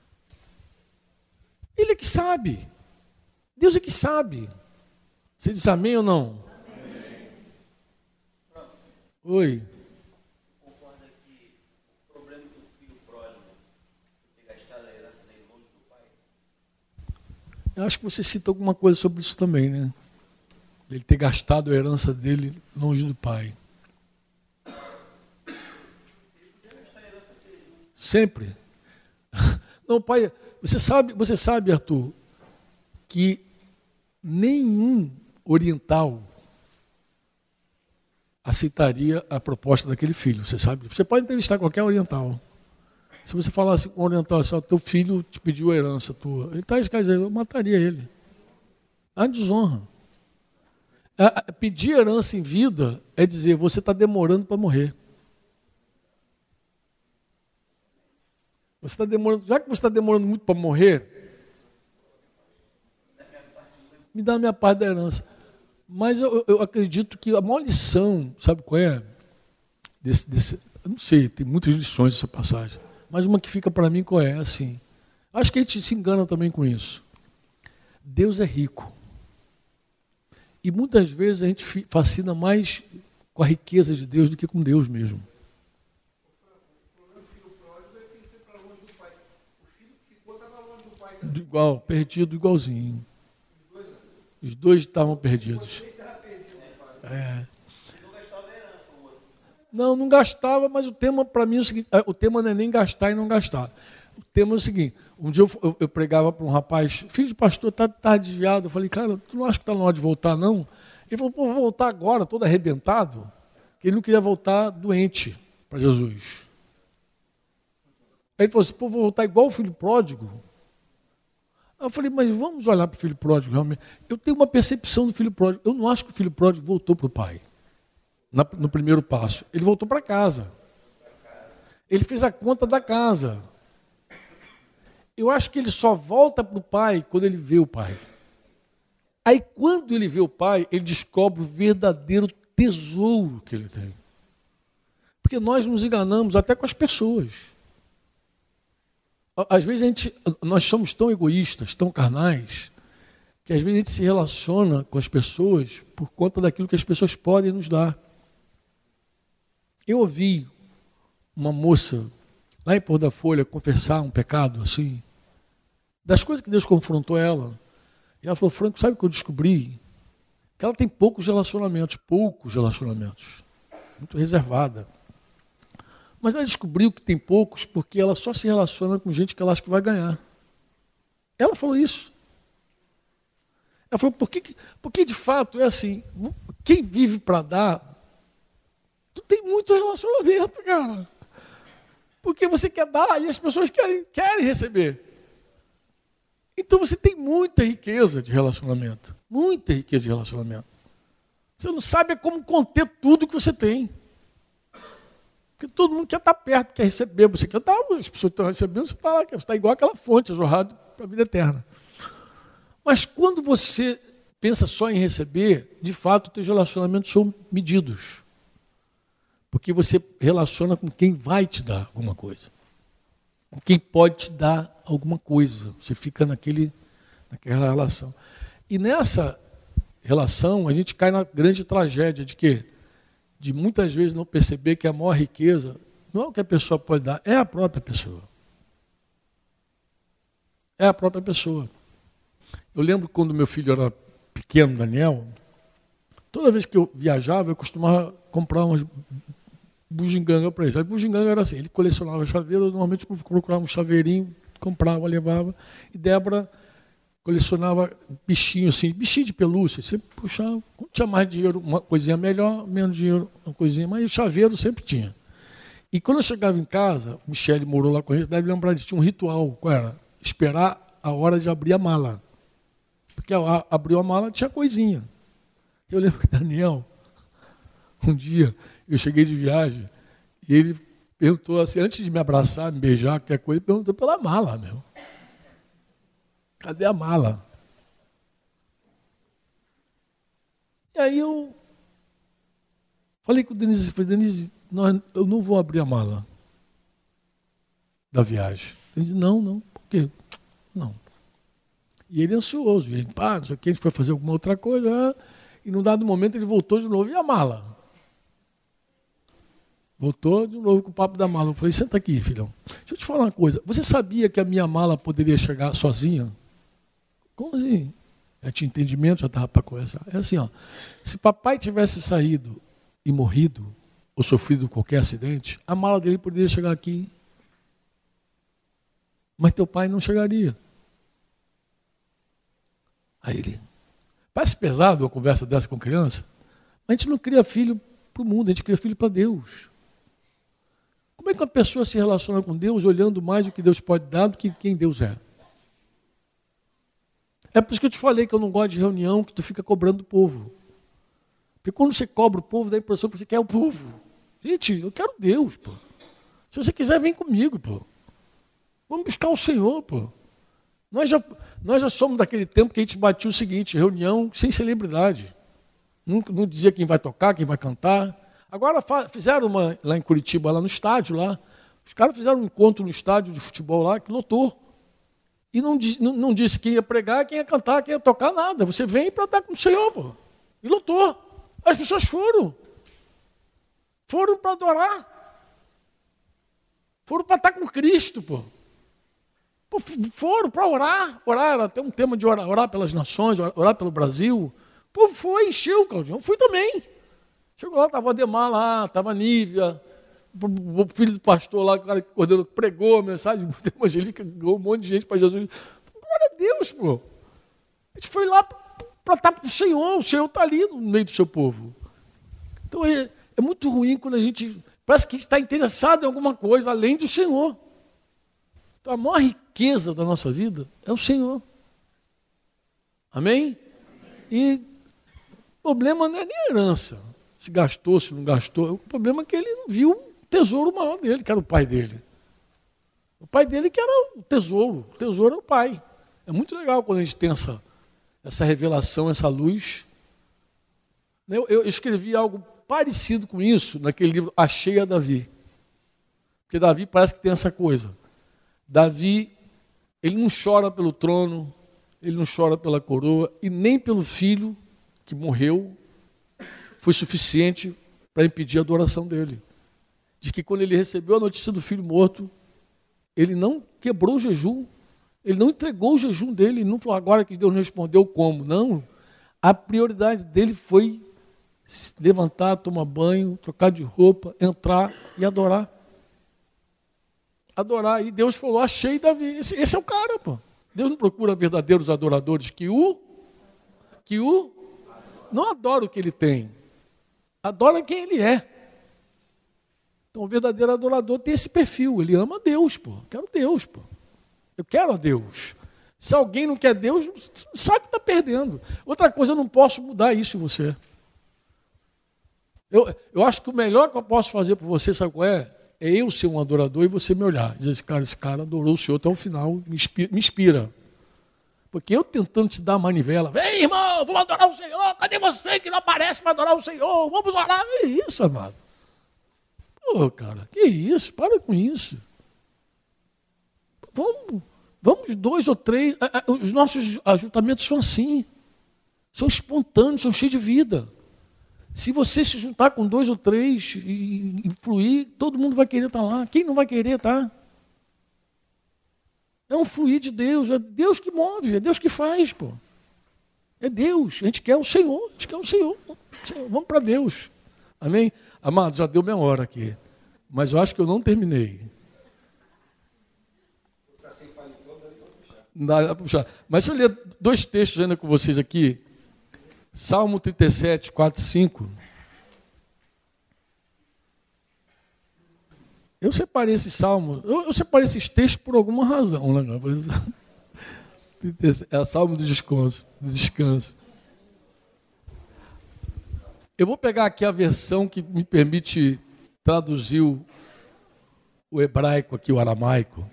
Ele é que sabe. Deus é que sabe. Você diz amém ou não? Amém. Oi. Acho que você cita alguma coisa sobre isso também, né? Ele ter gastado a herança dele longe do pai. Sempre. Não, pai, você sabe, você sabe, Arthur, que nenhum oriental aceitaria a proposta daquele filho, você sabe? Você pode entrevistar qualquer oriental. Se você falasse com o oriental assim, teu filho te pediu a herança tua, ele está escasez, eu mataria ele. É uma desonra. É, pedir herança em vida é dizer, você está demorando para morrer. Você está demorando, já que você está demorando muito para morrer, me dá a minha parte da herança. Mas eu, eu acredito que a maior lição, sabe qual é? Desse, desse, eu não sei, tem muitas lições nessa passagem. Mas uma que fica para mim qual é? Assim, acho que a gente se engana também com isso. Deus é rico. E muitas vezes a gente fascina mais com a riqueza de Deus do que com Deus mesmo. Igual, perdido igualzinho. Os dois estavam perdidos. É. Não, não gastava, mas o tema para mim é o seguinte, o tema não é nem gastar e não gastar. O tema é o seguinte, um dia eu, eu, eu pregava para um rapaz, filho de pastor, está tá desviado. Eu falei, cara, tu não acha que está na hora de voltar, não? Ele falou, pô, vou voltar agora, todo arrebentado. Ele não queria voltar doente para Jesus. Aí ele falou assim, pô, vou voltar igual o filho pródigo. Eu falei, mas vamos olhar para o filho pródigo realmente. Eu tenho uma percepção do filho pródigo. Eu não acho que o filho pródigo voltou para o pai. Na, no primeiro passo. Ele voltou para casa. Ele fez a conta da casa. Eu acho que ele só volta para o pai quando ele vê o pai. Aí quando ele vê o pai, ele descobre o verdadeiro tesouro que ele tem. Porque nós nos enganamos até com as pessoas. Às vezes a gente, nós somos tão egoístas, tão carnais, que às vezes a gente se relaciona com as pessoas por conta daquilo que as pessoas podem nos dar. Eu ouvi uma moça lá em Pôr da Folha confessar um pecado assim, das coisas que Deus confrontou ela. E ela falou, Franco, sabe o que eu descobri? Que ela tem poucos relacionamentos, poucos relacionamentos, muito reservada. Mas ela descobriu que tem poucos porque ela só se relaciona com gente que ela acha que vai ganhar. Ela falou isso. Ela falou, porque, porque de fato é assim, quem vive para dar, tu tem muito relacionamento, cara. Porque você quer dar e as pessoas querem, querem receber. Então você tem muita riqueza de relacionamento. Muita riqueza de relacionamento. Você não sabe como conter tudo que você tem. Porque todo mundo quer estar perto, quer receber. Você quer estar, as pessoas estão recebendo, você está lá, você está igual aquela fonte, jorrado para a vida eterna. Mas quando você pensa só em receber, de fato, os teus relacionamentos são medidos. Porque você relaciona com quem vai te dar alguma coisa. Com quem pode te dar alguma coisa. Você fica naquele, naquela relação. E nessa relação, a gente cai na grande tragédia de quê? De muitas vezes não perceber que a maior riqueza não é o que a pessoa pode dar, é a própria pessoa. É a própria pessoa. Eu lembro quando meu filho era pequeno, Daniel, toda vez que eu viajava, eu costumava comprar umas bugiganga para ele. A bugiganga era assim, ele colecionava chaveiro, eu normalmente procurava um chaveirinho, comprava, levava, e Débora colecionava bichinho assim, bichinho de pelúcia, você puxava, quando tinha mais dinheiro, uma coisinha melhor, menos dinheiro, uma coisinha, mas o chaveiro sempre tinha. E quando eu chegava em casa, o Michele morou lá com a gente, deve lembrar disso, tinha um ritual, qual era? Esperar a hora de abrir a mala. Porque a, abriu a mala, tinha coisinha. Eu lembro que Daniel, um dia, eu cheguei de viagem, e ele perguntou assim, antes de me abraçar, me beijar, qualquer coisa, ele perguntou pela mala, meu. Cadê a mala? E aí eu falei com o Denise, falei, Denise, nós, eu não vou abrir a mala da viagem. Ele disse, não, não, por quê? Não. E ele ansioso, ele, pá, não sei o que, a gente foi fazer alguma outra coisa, ah, e num dado momento ele voltou de novo, e a mala? Voltou de novo com o papo da mala. Eu falei, senta aqui, filhão. Deixa eu te falar uma coisa, você sabia que a minha mala poderia chegar sozinha? Como assim? Já tinha entendimento, já estava para conversar. É assim, ó, se papai tivesse saído e morrido, ou sofrido qualquer acidente, a mala dele poderia chegar aqui. Mas teu pai não chegaria. Aí ele... Parece pesado uma conversa dessa com criança. A gente não cria filho para o mundo, a gente cria filho para Deus. Como é que uma pessoa se relaciona com Deus olhando mais o que Deus pode dar do que quem Deus é? É por isso que eu te falei que eu não gosto de reunião que tu fica cobrando o povo. Porque quando você cobra o povo, dá a impressão que você quer o povo. Gente, eu quero Deus, pô. Se você quiser, vem comigo, pô. Vamos buscar o Senhor, pô. Nós já, nós já somos daquele tempo que a gente batia o seguinte, reunião sem celebridade. Não, não dizia quem vai tocar, quem vai cantar. Agora fizeram uma lá em Curitiba, lá no estádio, lá. Os caras fizeram um encontro no estádio de futebol lá, que lotou. E não, não, não disse quem ia pregar, quem ia cantar, quem ia tocar, nada. Você vem para estar com o Senhor, pô. E lotou. As pessoas foram. Foram para adorar. Foram para estar com Cristo, pô. Pô foram para orar. Orar era até um tema de orar, orar pelas nações, orar pelo Brasil. Pô, foi, encheu, Claudião. Fui também. Chegou lá, estava Ademar lá, estava Nívia, o filho do pastor lá, o cara que coordenou, pregou a mensagem evangélica, ganhou um monte de gente para Jesus. Glória a Deus, pô. A gente foi lá para estar para o Senhor, o Senhor está ali no meio do seu povo. Então é, é muito ruim quando a gente, parece que a gente está interessado em alguma coisa além do Senhor. Então a maior riqueza da nossa vida é o Senhor. Amém? E o problema não é nem a herança. Se gastou, se não gastou. O problema é que ele não viu o tesouro maior dele, que era o pai dele. O pai dele que era o tesouro. O tesouro era o pai. É muito legal quando a gente tem essa, essa revelação, essa luz. Eu, eu escrevi algo parecido com isso naquele livro Achei a Davi. Porque Davi parece que tem essa coisa. Davi, ele não chora pelo trono, ele não chora pela coroa e nem pelo filho que morreu, foi suficiente para impedir a adoração dele. Diz que quando ele recebeu a notícia do filho morto, ele não quebrou o jejum, ele não entregou o jejum dele, não falou agora que Deus não respondeu como, não. A prioridade dele foi se levantar, tomar banho, trocar de roupa, entrar e adorar. Adorar, e Deus falou, achei Davi, esse, esse é o cara, pô. Deus não procura verdadeiros adoradores que o, que o, não adora o que ele tem, adora quem ele é. Então o verdadeiro adorador tem esse perfil, ele ama Deus, pô. Eu quero Deus, pô. Eu quero a Deus. Se alguém não quer Deus, sabe que está perdendo. Outra coisa, eu não posso mudar isso em você. Eu, eu acho que o melhor que eu posso fazer por você, sabe qual é? É eu ser um adorador e você me olhar. Dizer, esse cara, esse cara adorou o Senhor até o final, me inspira. Me inspira. Porque eu tentando te dar a manivela, vem irmão, vamos adorar o Senhor, cadê você que não aparece para adorar o Senhor? Vamos orar, é isso, amado. Pô, cara, que isso, para com isso. Vamos, vamos dois ou três, os nossos ajuntamentos são assim, são espontâneos, são cheios de vida. Se você se juntar com dois ou três e influir, todo mundo vai querer estar lá. Quem não vai querer estar? É um fluir de Deus, é Deus que move, é Deus que faz, pô. É Deus, a gente quer o Senhor, a gente quer o Senhor. Senhor, vamos para Deus. Amém? Amado, já deu meia hora aqui, mas eu acho que eu não terminei. Não dá para puxar. Mas deixa eu ler dois textos ainda com vocês aqui. Salmo trinta e sete, quatro e cinco. Eu separei esse salmo, eu, eu separei esses textos por alguma razão, né? É o salmo do descanso, do descanso. Eu vou pegar aqui a versão que me permite traduzir o, o hebraico aqui, o aramaico.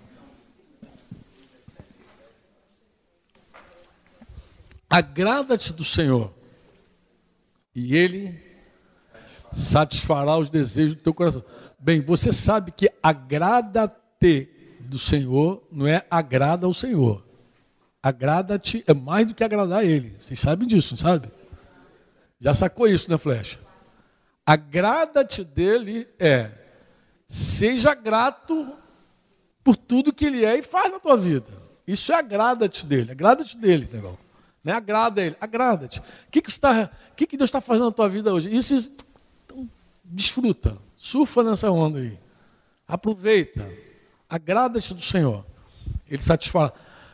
Agrada-te do Senhor, e Ele satisfará os desejos do teu coração. Bem, você sabe que agrada-te do Senhor não é agrada ao Senhor. Agrada-te é mais do que agradar a Ele. Vocês sabem disso, não sabe? Já sacou isso, né, Flecha? Agrada-te dele é seja grato por tudo que Ele é e faz na tua vida. Isso é agrada-te dele, agrada-te dele, negão. Não é agrada ele, agrada-te. O que, que, está, que, que Deus está fazendo na tua vida hoje? Isso, isso então, desfruta, surfa nessa onda aí. Aproveita, agrada-te do Senhor. Ele satisfaz.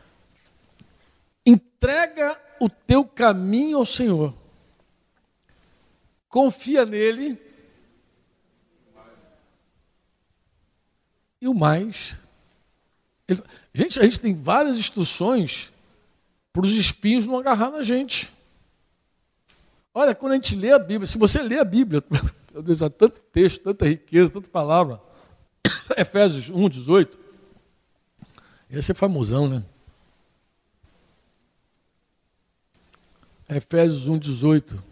Entrega o teu caminho ao Senhor. Confia nele. E o mais. Ele, gente, a gente tem várias instruções para os espinhos não agarrar na gente. Olha, quando a gente lê a Bíblia, se você lê a Bíblia, meu Deus, há tanto texto, tanta riqueza, tanta palavra. Efésios um, dezoito. Esse é famosão, né? Efésios um, dezoito.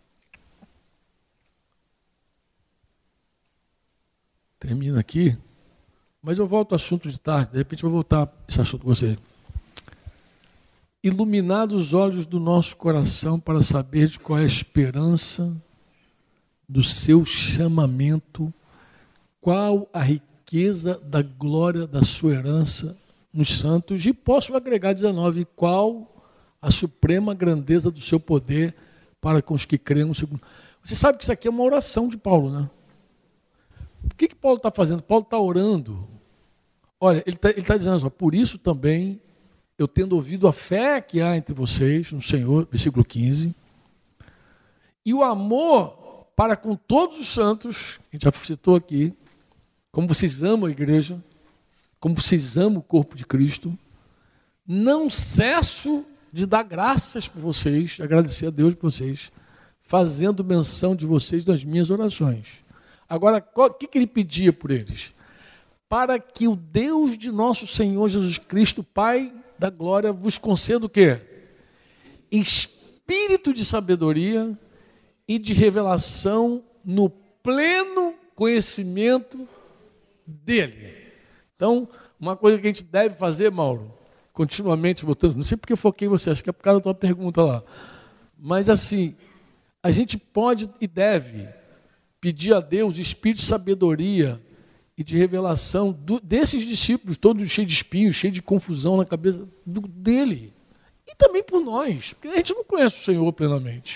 Termina aqui. Mas eu volto ao assunto de tarde. De repente eu vou voltar a esse assunto com você. Iluminados os olhos do nosso coração para saber de qual é a esperança do seu chamamento, qual a riqueza da glória da sua herança nos santos, e posso agregar dezenove, qual a suprema grandeza do seu poder para com os que creem no segundo. Você sabe que isso aqui é uma oração de Paulo, né? O que, que Paulo está fazendo? Paulo está orando. Olha, ele está ele tá dizendo assim, por isso também, eu tendo ouvido a fé que há entre vocês no Senhor, versículo quinze, e o amor para com todos os santos, a gente já citou aqui, como vocês amam a igreja, como vocês amam o corpo de Cristo, não cesso de dar graças por vocês, agradecer a Deus por vocês, fazendo menção de vocês nas minhas orações. Agora, o que, que ele pedia por eles? Para que o Deus de nosso Senhor Jesus Cristo, Pai da glória, vos conceda o quê? Espírito de sabedoria e de revelação no pleno conhecimento dele. Então, uma coisa que a gente deve fazer, Mauro, continuamente voltando, não sei porque eu foquei você, acho que é por causa da tua pergunta lá, mas assim, a gente pode e deve pedir a Deus espírito de sabedoria e de revelação do, desses discípulos, todos cheios de espinhos, cheios de confusão na cabeça do, dele. E também por nós, porque a gente não conhece o Senhor plenamente.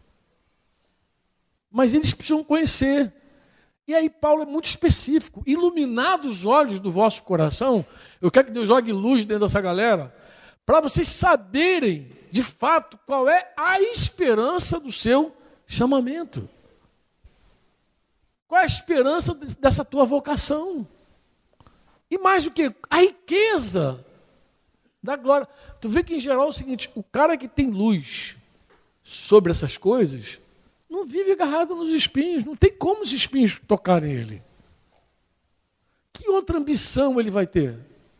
Mas eles precisam conhecer. E aí Paulo é muito específico. Iluminados os olhos do vosso coração, eu quero que Deus jogue luz dentro dessa galera, para vocês saberem, de fato, qual é a esperança do seu chamamento. Qual é a esperança dessa tua vocação? E mais do que? A riqueza da glória. Tu vê que em geral é o seguinte, o cara que tem luz sobre essas coisas, não vive agarrado nos espinhos, não tem como os espinhos tocarem ele. Que outra ambição ele vai ter?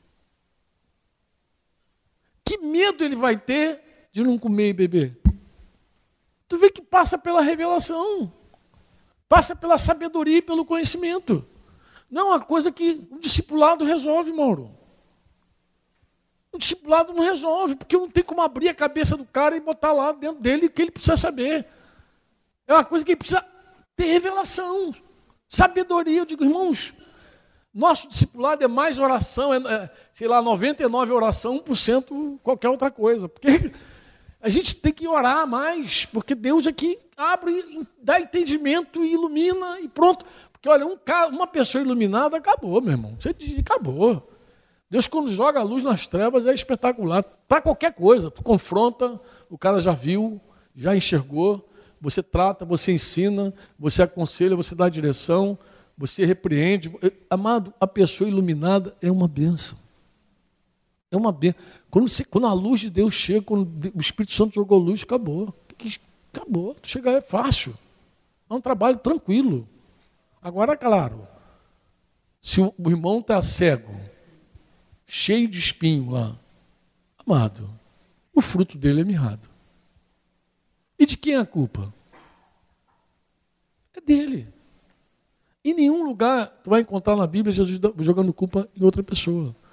Que medo ele vai ter de não comer e beber? Tu vê que passa pela revelação. Passa pela sabedoria e pelo conhecimento. Não é uma coisa que o discipulado resolve, Mauro. O discipulado não resolve, porque não tem como abrir a cabeça do cara e botar lá dentro dele o que ele precisa saber. É uma coisa que ele precisa ter revelação, sabedoria. Eu digo, irmãos, nosso discipulado é mais oração, é, é, sei lá, noventa e nove oração, um por cento qualquer outra coisa. Porque a gente tem que orar mais, porque Deus aqui abre, dá entendimento e ilumina e pronto. Porque, olha, um cara, uma pessoa iluminada, acabou, meu irmão. Você diz, acabou. Deus, quando joga a luz nas trevas, é espetacular. Para qualquer coisa, tu confronta, o cara já viu, já enxergou, você trata, você ensina, você aconselha, você dá direção, você repreende. Amado, a pessoa iluminada é uma bênção. É uma bênção. Quando, você, quando a luz de Deus chega, quando o Espírito Santo jogou luz, acabou. Acabou. Chegar é fácil. É um trabalho tranquilo. Agora, claro, se o irmão está cego, cheio de espinho lá, amado, o fruto dele é mirrado. E de quem é a culpa? É dele. Em nenhum lugar tu vai encontrar na Bíblia Jesus jogando culpa em outra pessoa.